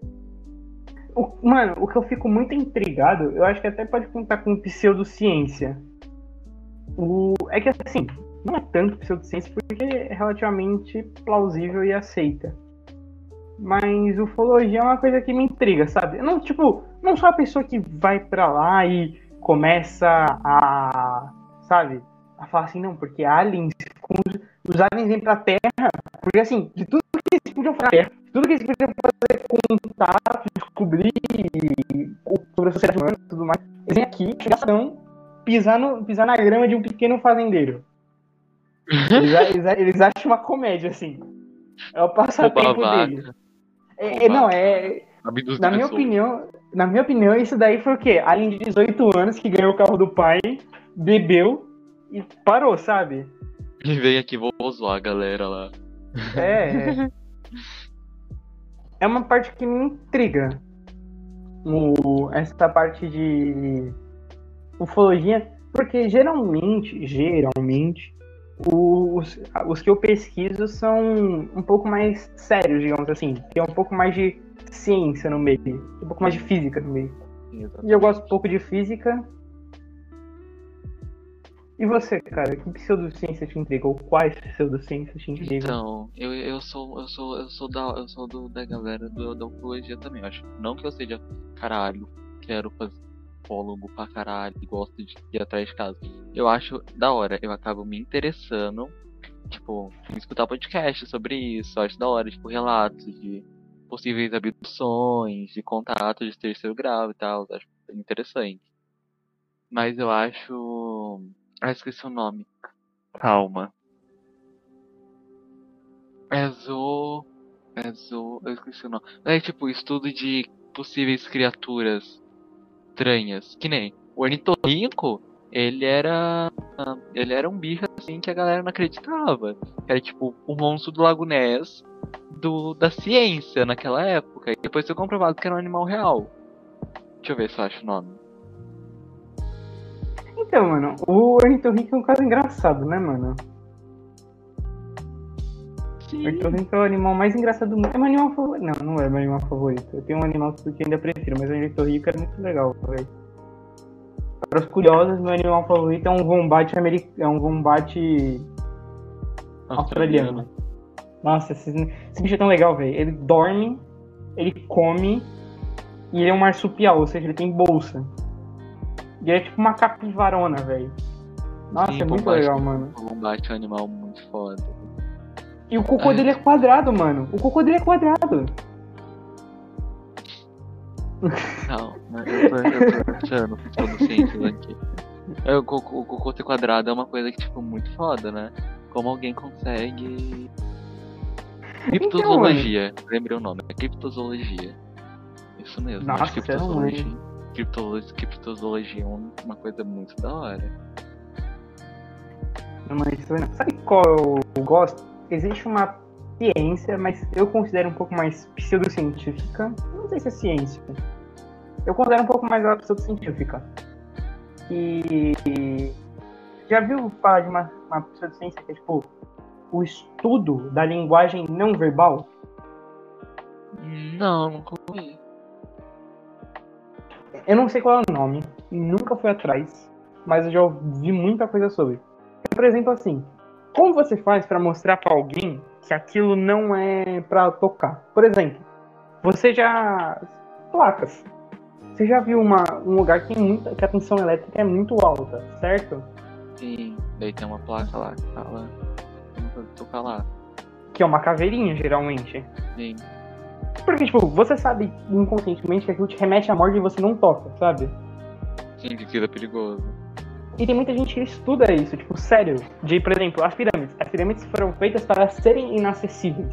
Mano, o que eu fico muito intrigado, eu acho que até pode contar com pseudociência. É que assim, não é tanto pseudociência porque é relativamente plausível e aceita. Mas ufologia é uma coisa que me intriga, sabe? Eu não, tipo, não sou a pessoa que vai pra lá e começa a, sabe, a falar assim, não, porque aliens, os aliens vêm pra Terra, porque assim, de tudo que eles podiam fazer, tudo que eles podiam fazer, contar, descobrir sobre a sociedade humana e tudo mais, eles vêm aqui, chegação, pisar na grama de um pequeno fazendeiro. Eles acham uma comédia, assim. É o passatempo deles. Na minha opinião, isso daí foi o quê? Além de 18 anos que ganhou o carro do pai, bebeu e parou, sabe? E vem aqui, vou zoar a galera lá. É. é uma parte que me intriga. Essa parte de ufologia, porque geralmente, os que eu pesquiso são um pouco mais sérios, digamos assim. Tem um pouco mais de ciência no meio, um pouco mais de física no meio. E eu gosto um pouco de física. E você, cara, que pseudociência te intriga? Ou quais pseudociências te intrigam? Então, eu sou da galera da ufologia também. Eu acho, não que eu seja caralho, quero fazer ufólogo pra caralho, gosto de ir atrás de casa. Eu acho da hora, eu acabo me interessando, tipo, em escutar podcast sobre isso, eu acho da hora, tipo, relatos de possíveis abduções, de contatos de terceiro grau e tal, eu acho interessante. Mas eu acho. Ah, esqueci o nome. Calma. Exo. Eu esqueci o nome. É tipo, estudo de possíveis criaturas estranhas. Que nem o ornitorrinco, ele era. Ele era um bicho assim que a galera não acreditava. Era tipo o monstro do Lago Ness da ciência naquela época. E depois foi comprovado que era um animal real. Deixa eu ver se eu acho o nome. Então, mano, o ornitorrinco é um caso engraçado, né, mano? O Sim. ornitorrinco é o animal mais engraçado do mundo. É meu animal favorito. Não, não é meu animal favorito. Eu tenho um animal que eu ainda prefiro, mas o ornitorrinco é muito legal, velho. Para os curiosos, meu animal favorito é um wombat é um wombat australiano. Nossa, esse bicho é tão legal, velho. Ele dorme, ele come e ele é um marsupial, ou seja, ele tem bolsa. E ele é tipo uma capivarona, velho. Nossa, Sim, é muito legal, mano. O Bombate é um animal muito foda. E o cocô dele é quadrado, mano. O cocô dele é quadrado. Não, eu tô achando com todo ciências aqui. O cocô ter quadrado é uma coisa que, tipo, muito foda, né? Como alguém consegue. Então, mano. Criptozoologia. Lembrei o nome, é criptozoologia. Isso mesmo, Nossa, acho que criptozoologia é uma coisa muito da hora. Mas sabe qual eu gosto? Existe uma ciência, mas eu considero um pouco mais pseudocientífica. Não sei se é ciência. Eu considero um pouco mais a pseudocientífica. E já viu falar de uma pseudociência que é tipo o estudo da linguagem não verbal? Não, nunca ouvi. Eu não sei qual é o nome, nunca fui atrás, mas eu já ouvi muita coisa sobre. Por exemplo, assim, como você faz para mostrar para alguém que aquilo não é para tocar? Por exemplo, você já placas. Você já viu um lugar que que a tensão elétrica é muito alta, certo? Sim, daí tem uma placa lá que fala. Não pode tocar lá. Que é uma caveirinha, geralmente. Sim. Porque, tipo, você sabe inconscientemente que aquilo te remete à morte e você não toca, sabe? Sim, que aquilo é perigoso. E tem muita gente que estuda isso, tipo, sério. De, por exemplo, as pirâmides. As pirâmides foram feitas para serem inacessíveis.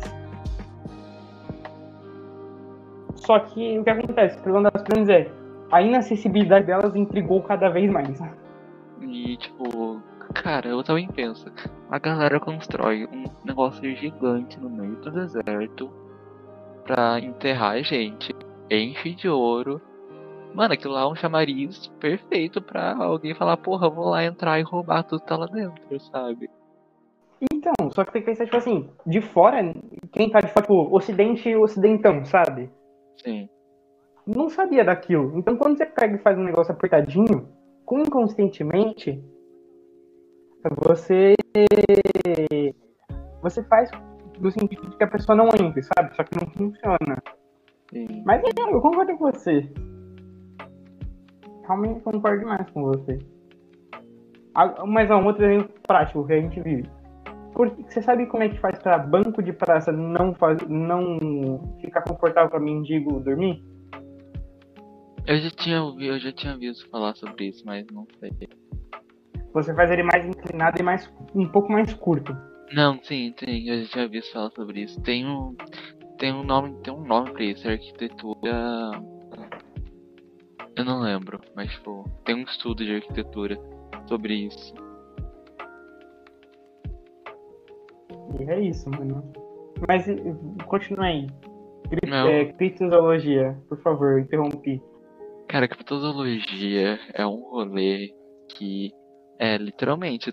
Só que o que acontece? O problema das pirâmides é a inacessibilidade delas intrigou cada vez mais. E, tipo, cara, eu também penso. A galera constrói um negócio gigante no meio do deserto pra enterrar a gente. Enche de ouro. Mano, aquilo lá é um chamariz perfeito pra alguém falar, porra, eu vou lá entrar e roubar tudo que tá lá dentro, sabe? Então, só que tem que pensar, tipo assim, de fora, quem tá de fora, tipo, ocidente e ocidentão, sabe? Sim. Não sabia daquilo. Então, quando você pega e faz um negócio apertadinho, inconscientemente, você faz no sentido de que a pessoa não entre, sabe? Só que não funciona. Sim. Mas eu concordo com você. Realmente concordo demais com você. Mas um outro exemplo prático que a gente vive. Porque você sabe como é que faz para banco de praça não ficar confortável para mendigo dormir? Eu já tinha visto falar sobre isso, mas não sei. Você faz ele mais inclinado e um pouco mais curto. Não, sim, eu já tinha visto falar sobre isso. Tem um nome pra isso, arquitetura. Eu não lembro, mas tipo, tem um estudo de arquitetura sobre isso. E é isso, mano. Mas continua aí. Meu, Criptozoologia, por favor, interrompi. cara, criptozoologia é um rolê que é literalmente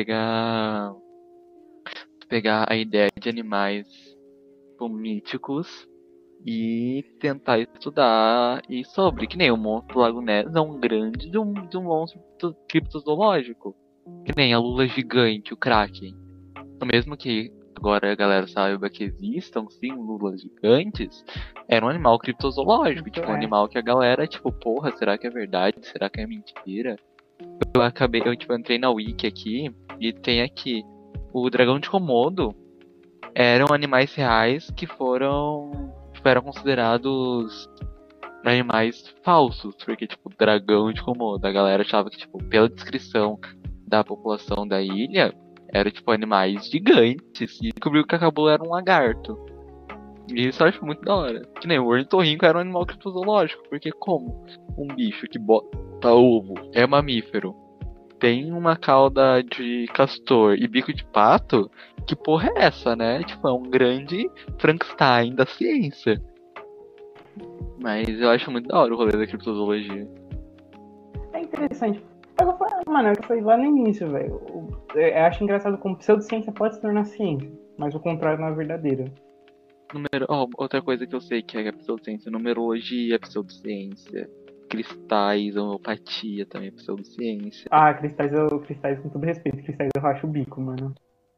tu pegar a ideia de animais tipo, míticos e tentar estudar e sobre, que nem o monstro do Lago Ness é um grande de um monstro criptozoológico. Que nem a lula gigante, o Kraken. Então, mesmo que agora a galera saiba que existam sim lulas gigantes, era um animal criptozoológico, tipo, um É, animal que a galera, tipo, porra, será que é verdade? Será que é mentira? Eu entrei na Wiki aqui e tem aqui o dragão de Komodo eram animais reais que tipo, eram considerados animais falsos, porque, tipo, dragão de Komodo, a galera achava que, tipo, pela descrição da população da ilha, era, tipo, animais gigantes, e descobriu que o Cacabu era um lagarto. E isso eu acho muito da hora. Que nem o ornitorrinco era um animal criptozoológico, porque como um bicho que bota ovo é mamífero, tem uma cauda de castor e bico de pato, que porra é essa, né? Tipo, é um grande Frankenstein da ciência. Mas eu acho muito da hora o rolê da criptozoologia. é interessante. Mano, é o que eu falei lá no início, velho. Eu acho engraçado como pseudociência pode se tornar ciência, mas o contrário não é verdadeiro. Outra coisa que eu sei que é a pseudociência, numerologia é pseudociência, cristais, homeopatia também é pseudociência. Ah, cristais, com todo respeito, cristais eu racho o bico, mano.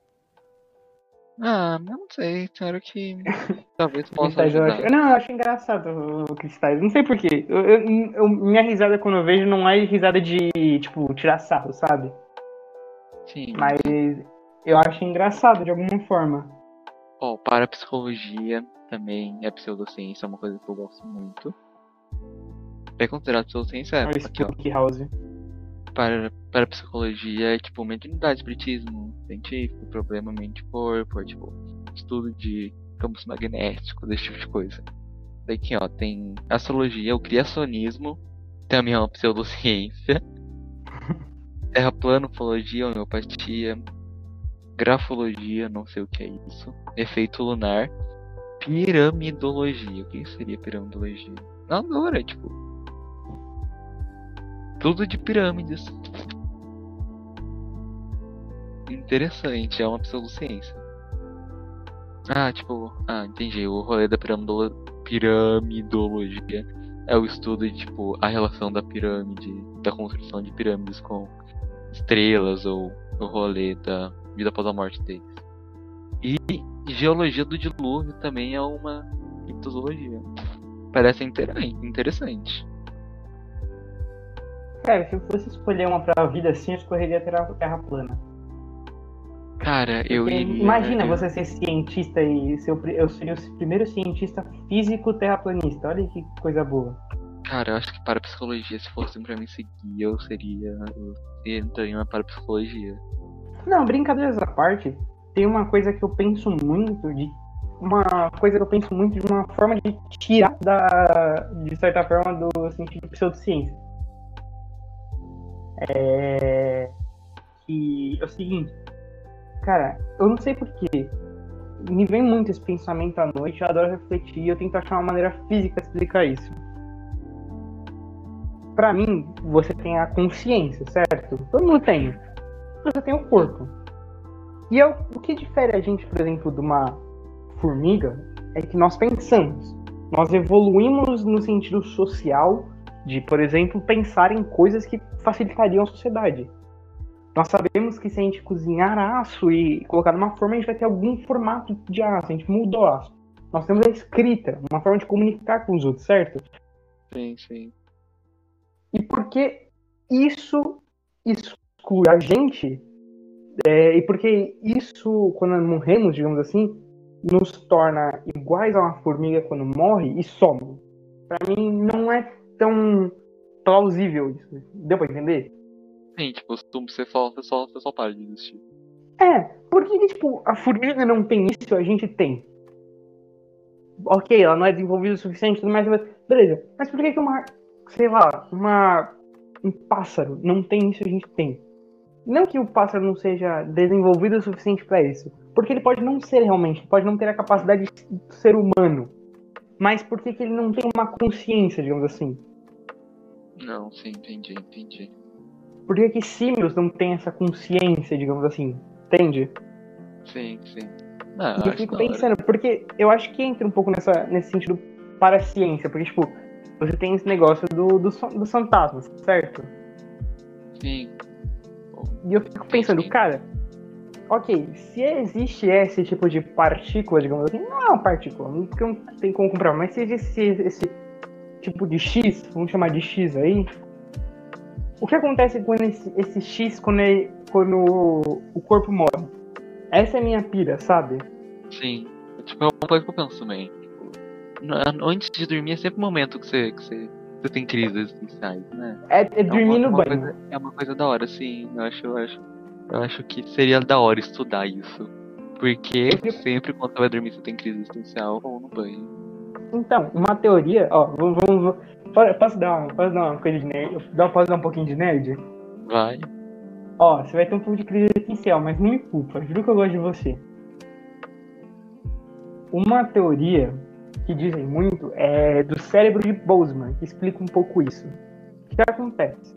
Ah, eu não sei, espero que talvez possa Cristais eu acho. ajudar. Não, eu acho engraçado o cristais. Não sei porquê. Minha risada quando eu vejo não é risada de, tipo, tirar sarro, sabe? Sim, Mas sim. eu acho engraçado de alguma forma. Ó, parapsicologia também é pseudociência, é uma coisa que eu gosto muito. É considerado pseudociência? É o Aqui, ó. Spook House. Parapsicologia é tipo mediunidade, espiritismo científico, problema mente-corpo, tipo, estudo de campos magnéticos, esse tipo de coisa. Daí aqui, ó, tem astrologia, o criacionismo, também é uma pseudociência. Terraplano, ufologia, homeopatia, grafologia, não sei o que é isso. Efeito lunar, piramidologia. O que seria piramidologia? Agora, tipo, tudo de pirâmides. Interessante, é uma pseudociência. Entendi. O rolê da piramidologia é o estudo de, tipo, a relação da pirâmide, da construção de pirâmides com estrelas ou o rolê da vida após a morte deles. E geologia do dilúvio também é uma criptozoologia. Parece interessante. Cara, se eu fosse escolher uma pra vida assim, eu escolheria a Terra plana. Cara, eu Porque iria. imagina você ser cientista e eu seria o primeiro cientista físico terraplanista. Olha que coisa boa. Cara, eu acho que para psicologia, se fosse pra mim seguir, eu seria. Eu entraria para psicologia. Não, brincadeiras à parte, tem uma coisa que eu penso muito de. Uma coisa que eu penso muito de uma forma de tirar de certa forma, do sentido de pseudociência. Que é o seguinte, cara, eu não sei porquê. Me vem muito esse pensamento à noite, eu adoro refletir e eu tento achar uma maneira física de explicar isso. Pra mim, você tem a consciência, certo? Todo mundo tem. Você tem o corpo. E o que difere a gente, por exemplo, de uma formiga é que nós pensamos. Nós evoluímos no sentido social de, por exemplo, pensar em coisas que facilitariam a sociedade. Nós sabemos que se a gente cozinhar aço e colocar numa forma, a gente vai ter algum formato de aço. A gente mudou o aço. Nós temos a escrita, uma forma de comunicar com os outros, certo? Sim, sim. E porque isso exclui a gente, e porque isso, quando morremos, digamos assim, nos torna iguais a uma formiga quando morre e some. Pra mim, não é tão plausível isso. Deu pra entender? Sim, tipo, se você só para de existir. É, por que, tipo, a formiga não tem isso e a gente tem? Ok, ela não é desenvolvida o suficiente, tudo mais, beleza. Mas por que sei lá, um pássaro não tem isso e a gente tem? Não que o pássaro não seja desenvolvido o suficiente para isso, porque ele pode não ser realmente, pode não ter a capacidade de ser humano. Mas por que ele não tem uma consciência, digamos assim? Não, sim, entendi. Por que símios não têm essa consciência, digamos assim? Entende? Sim. Ah, E eu acho fico da hora. pensando, porque eu acho que entra um pouco nesse sentido para a ciência, porque, tipo, você tem esse negócio dos fantasmas, certo? Sim. E eu fico Tem pensando, sim. cara, ok, se existe esse tipo de partícula, digamos assim, não é uma partícula, porque não tem como comprar, mas se existe esse tipo de X, vamos chamar de X aí, o que acontece com esse X quando o corpo morre? Essa é a minha pira, sabe? Sim. Tipo, é uma coisa que eu penso também. Tipo, antes de dormir é sempre o momento que você tem crises existenciais, né? É dormir no banho. É uma coisa da hora, sim. Eu acho que seria da hora estudar isso. Porque Eu fico, sempre quando você vai dormir você tem crise existencial ou no banho. então, uma teoria, ó, posso dar uma coisa de nerd? Posso dar um pouquinho de nerd? Vai. Ó, você vai ter um pouco de crise existencial, mas não me culpa, juro que eu gosto de você. Uma teoria que dizem muito é do cérebro de Boltzmann, que explica um pouco isso. O que acontece?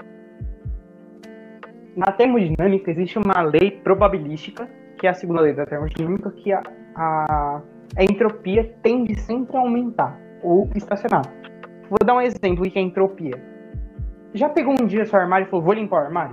Na termodinâmica existe uma lei probabilística, que é a segunda lei da termodinâmica, que a entropia tende sempre a aumentar ou estacionar. Vou dar um exemplo do que é entropia. Já pegou um dia seu armário e falou, vou limpar o armário?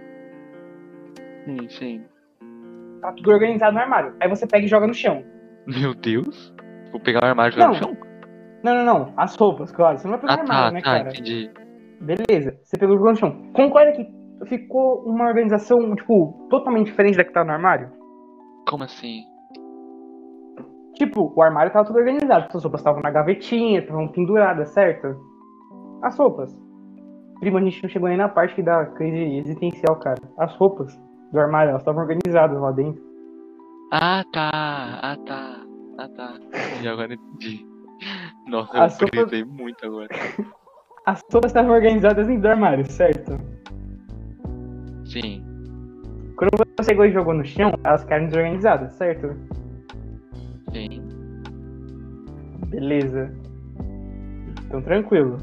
Sim. Tá tudo organizado no armário. Aí você pega e joga no chão. Meu Deus. Vou pegar o armário e jogar no Não, chão? não. As roupas, claro. Você não vai pegar Ah, o armário, né, tá, cara? entendi. Beleza. Você pegou e jogou no chão. Concorda que ficou uma organização, tipo, totalmente diferente da que tá no armário? Como assim? Tipo, o armário tava tudo organizado. As roupas estavam na gavetinha, estavam penduradas, certo? As roupas. Primo, a gente não chegou nem na parte que dá crise existencial, cara. As roupas do armário, elas estavam organizadas lá dentro. Ah, tá. Entendi, agora entendi. Nossa, eu As roupas, brisei muito agora. as roupas estavam organizadas dentro do armário, certo? Sim, Quando você chegou e jogou no chão, elas ficaram desorganizadas, certo? sim. Beleza. Então, tranquilo.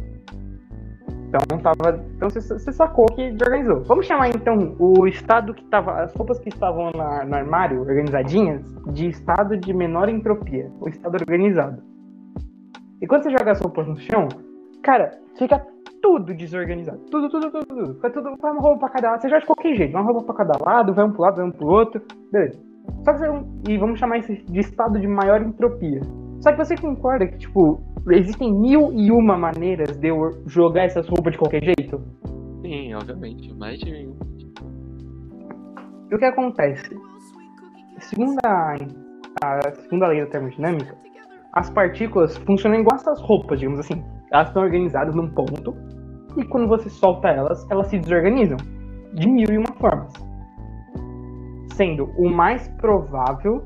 Então você sacou que desorganizou. Vamos chamar então o estado que tava. As roupas que estavam no armário, organizadinhas, de estado de menor entropia. O estado organizado. E quando você joga as roupas no chão, cara, fica tudo desorganizado. Tudo. Fica tudo. Vai uma roupa pra cada lado. Você joga de qualquer jeito. Uma roupa pra cada lado, vai um pro lado, vai um pro outro. Beleza. Só que e vamos chamar isso de estado de maior entropia. Só que você concorda que, tipo, existem 1001 maneiras de eu jogar essas roupas de qualquer jeito? Sim, obviamente. Mais de mil. E o que acontece? Segundo a segunda lei da termodinâmica, as partículas funcionam igual essas roupas, digamos assim. Elas estão organizadas num ponto, e quando você solta elas se desorganizam. De 1001 formas. Sendo o mais provável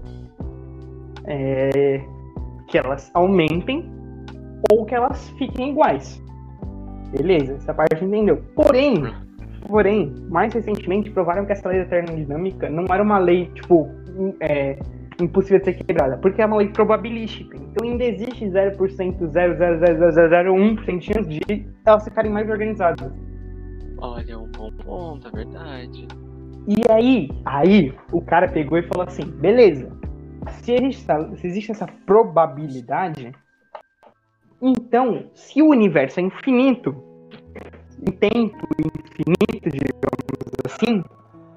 que elas aumentem ou que elas fiquem iguais. Beleza, essa parte entendeu. Porém, mais recentemente provaram que essa lei da termodinâmica não era uma lei, tipo, impossível de ser quebrada, porque é uma lei probabilística. Então ainda existe 0%, 0,00001% de chance de elas ficarem mais organizadas. Olha, um bom ponto, é verdade. E aí o cara pegou e falou assim, beleza, se existe essa probabilidade, então, se o universo é infinito, em tempo infinito, digamos assim,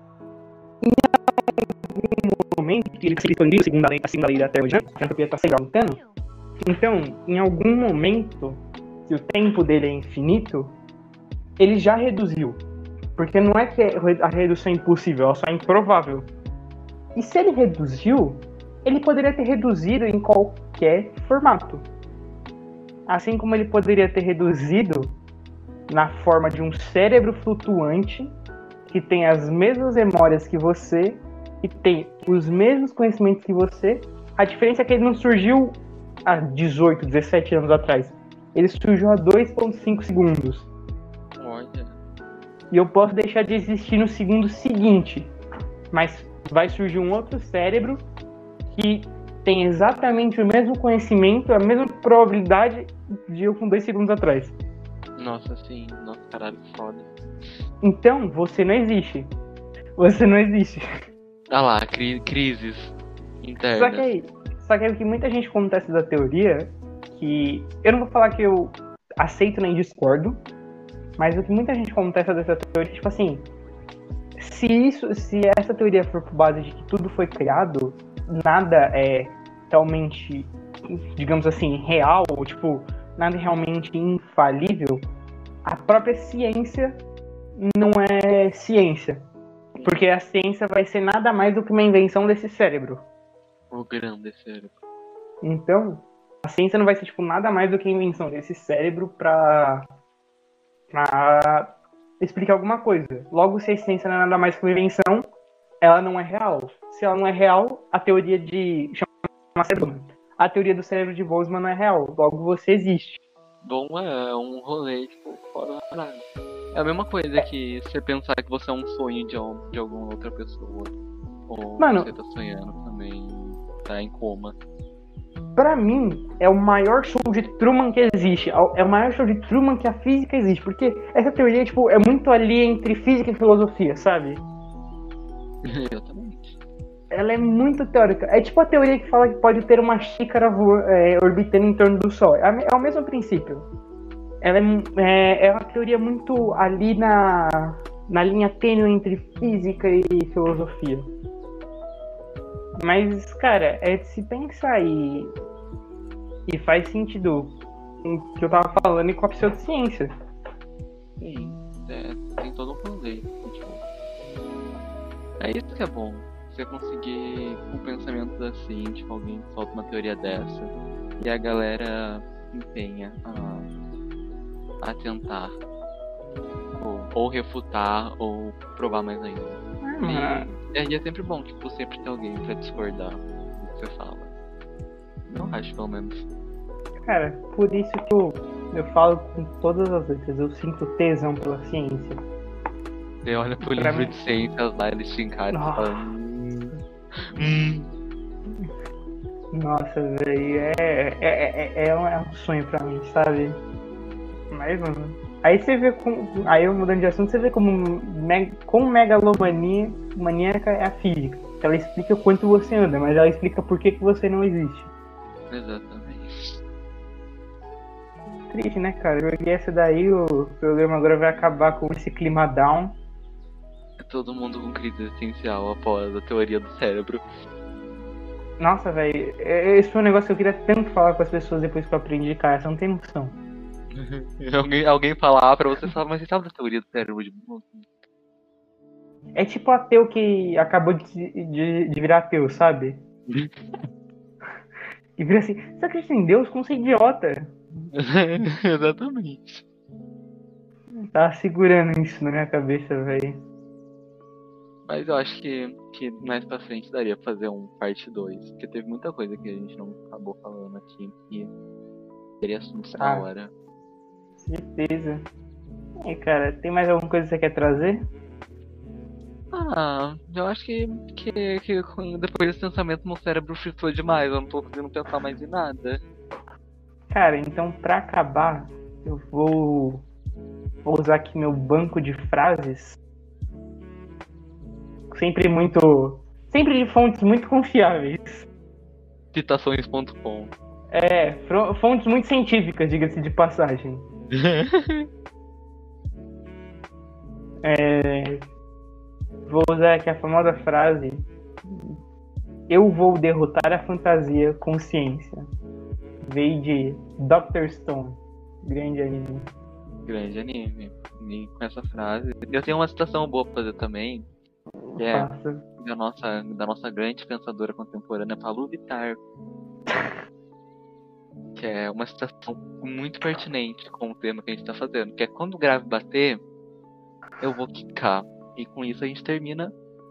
em algum momento, ele se expandiu segundo a segunda lei da termodinâmica, que a entropia está sempre aumentando, então, em algum momento, se o tempo dele é infinito, ele já reduziu. Porque não é que a redução é impossível, ela só é improvável. E se ele reduziu, ele poderia ter reduzido em qualquer formato. Assim como ele poderia ter reduzido na forma de um cérebro flutuante que tem as mesmas memórias que você, que tem os mesmos conhecimentos que você. A diferença é que ele não surgiu há 18, 17 anos atrás. Ele surgiu há 2,5 segundos. Olha. E eu posso deixar de existir no segundo seguinte. Mas vai surgir um outro cérebro que tem exatamente o mesmo conhecimento, a mesma probabilidade de eu com 2 segundos atrás. Nossa, sim. Nossa, caralho, que foda. Então, você não existe. Você não existe. Ah lá, crises Só internas. que aí o que muita gente acontece da teoria, que eu não vou falar que eu aceito nem discordo, mas o que muita gente acontece dessa teoria, tipo assim, se essa teoria for por base de que tudo foi criado, nada é realmente, digamos assim, real, ou tipo, nada é realmente infalível, a própria ciência não é ciência. Porque a ciência vai ser nada mais do que uma invenção desse cérebro. O grande cérebro. Então, a ciência não vai ser tipo nada mais do que a invenção desse cérebro pra explicar alguma coisa. Logo, se a ciência não é nada mais que uma invenção, ela não é real. Se ela não é real, a teoria de a teoria do cérebro de Boltzmann não é real. Logo, você existe. Bom, é um rolê, tipo, fora da parada. É a mesma coisa que você pensar que você é um sonho de alguma outra pessoa. Ou Mano, você tá sonhando também, tá em coma. pra mim, é o maior show de Truman que existe. É o maior show de Truman que a física existe. Porque essa teoria, tipo, é muito ali entre física e filosofia, sabe? Exatamente. Ela é muito teórica. É tipo a teoria que fala que pode ter uma xícara orbitando em torno do Sol. É o mesmo princípio. Ela é uma teoria muito ali na linha tênue entre física e filosofia. Mas, cara, é de se pensar e faz sentido com o que eu tava falando e com a pseudociência. Sim, tem todo um rolê. Tipo, é isso que é bom. Você conseguir, com pensamentos assim, tipo, alguém solta uma teoria dessa e a galera empenha a tentar ou refutar ou provar mais ainda. E é sempre bom, tipo, sempre ter alguém pra discordar do que você fala. Não acho, pelo menos. Cara, por isso que eu falo com todas as letras, eu sinto tesão pela ciência. Você olha pro livro de ciências lá, eles te encaram e falam... Nossa, velho, é um sonho pra mim, sabe? Mas, mano, aí você vê aí eu mudando de assunto, você vê como megalomaníaca é a física. Ela explica o quanto você anda, mas ela explica por que você não existe. Exatamente. Triste, né, cara? Eu joguei essa daí, o programa agora vai acabar com esse clima down. É todo mundo com crise existencial após a teoria do cérebro. Nossa, velho, esse foi um negócio que eu queria tanto falar com as pessoas depois que eu aprendi, cara, você não tem noção. Alguém falar pra você falar, mas você sabe da teoria do cérebro de É tipo ateu que acabou de virar ateu, sabe? E vira assim, você acredita em Deus? Como você é idiota? Exatamente. Tava segurando isso na minha cabeça, velho. Mas eu acho que mais pra frente daria pra fazer um parte 2. Porque teve muita coisa que a gente não acabou falando aqui. E teria assuntos da hora. Certeza. E cara, tem mais alguma coisa que você quer trazer? Eu acho que depois desse pensamento meu cérebro fritou demais. Eu não tô conseguindo pensar mais em nada. Cara, então pra acabar, eu vou usar aqui meu banco de frases. Sempre de fontes muito confiáveis. Citações.com. Fontes muito científicas, diga-se de passagem. Vou usar aqui a famosa frase: eu vou derrotar a fantasia com ciência. Veio de Dr. Stone. Grande anime. Grande anime. E com essa frase. Eu tenho uma citação boa pra fazer também. Que é da nossa grande pensadora contemporânea, Palu Vittar. Que é uma citação muito pertinente com o tema que a gente tá fazendo. Que é: quando o grave bater, eu vou quicar. E com isso a gente termina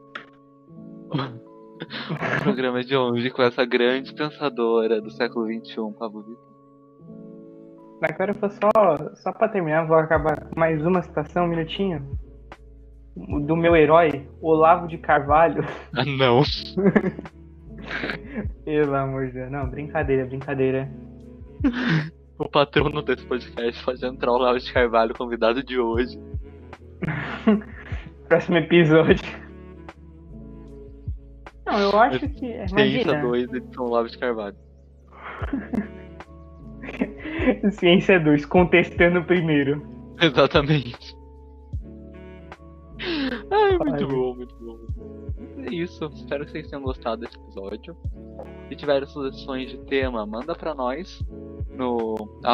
o programa de hoje com essa grande pensadora do século XXI, Palu Vittar. Agora foi só pra terminar, vou acabar com mais uma citação, um minutinho. Do meu herói, Olavo de Carvalho. Ah, não. Pelo amor de Deus. Não, brincadeira, brincadeira. O patrono desse podcast pode entrar o Olavo de Carvalho, convidado de hoje. Próximo episódio. Não, eu acho que. Ciência Imagina. 2, edição Olavo de Carvalho. Ciência 2, contestando o primeiro. Exatamente. Ai, muito Olha. bom, muito bom. É isso, espero que vocês tenham gostado desse episódio. Se tiverem sugestões de tema, manda pra nós no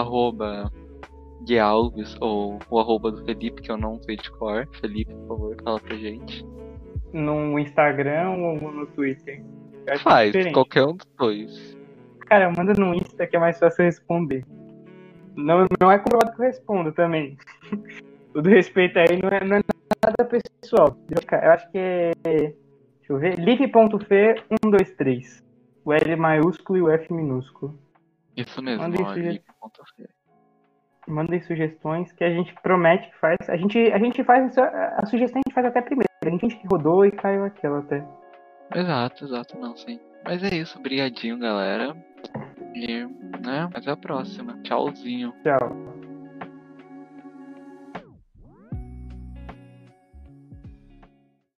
@guialves ou o @ do Felipe, que eu não sei de cor. Felipe, por favor, fala pra gente. No Instagram ou no Twitter? Eu acho Faz, diferente. qualquer um dos dois. Cara, manda no Insta que é mais fácil responder. Não é comprovado que eu respondo também. O do respeito aí não é nada pessoal. Eu acho que é. Deixa eu ver. Lipe.fe123. O L maiúsculo e o F minúsculo. Isso mesmo, Mandem, ó, Felipe.fe. mandem sugestões que a gente promete que faz. A gente faz a sugestão, a gente faz até primeiro. A gente que rodou e caiu aquela até. Exato, não, sim. Mas é isso, brigadinho, galera. E, né, até a próxima. Tchauzinho. Tchau.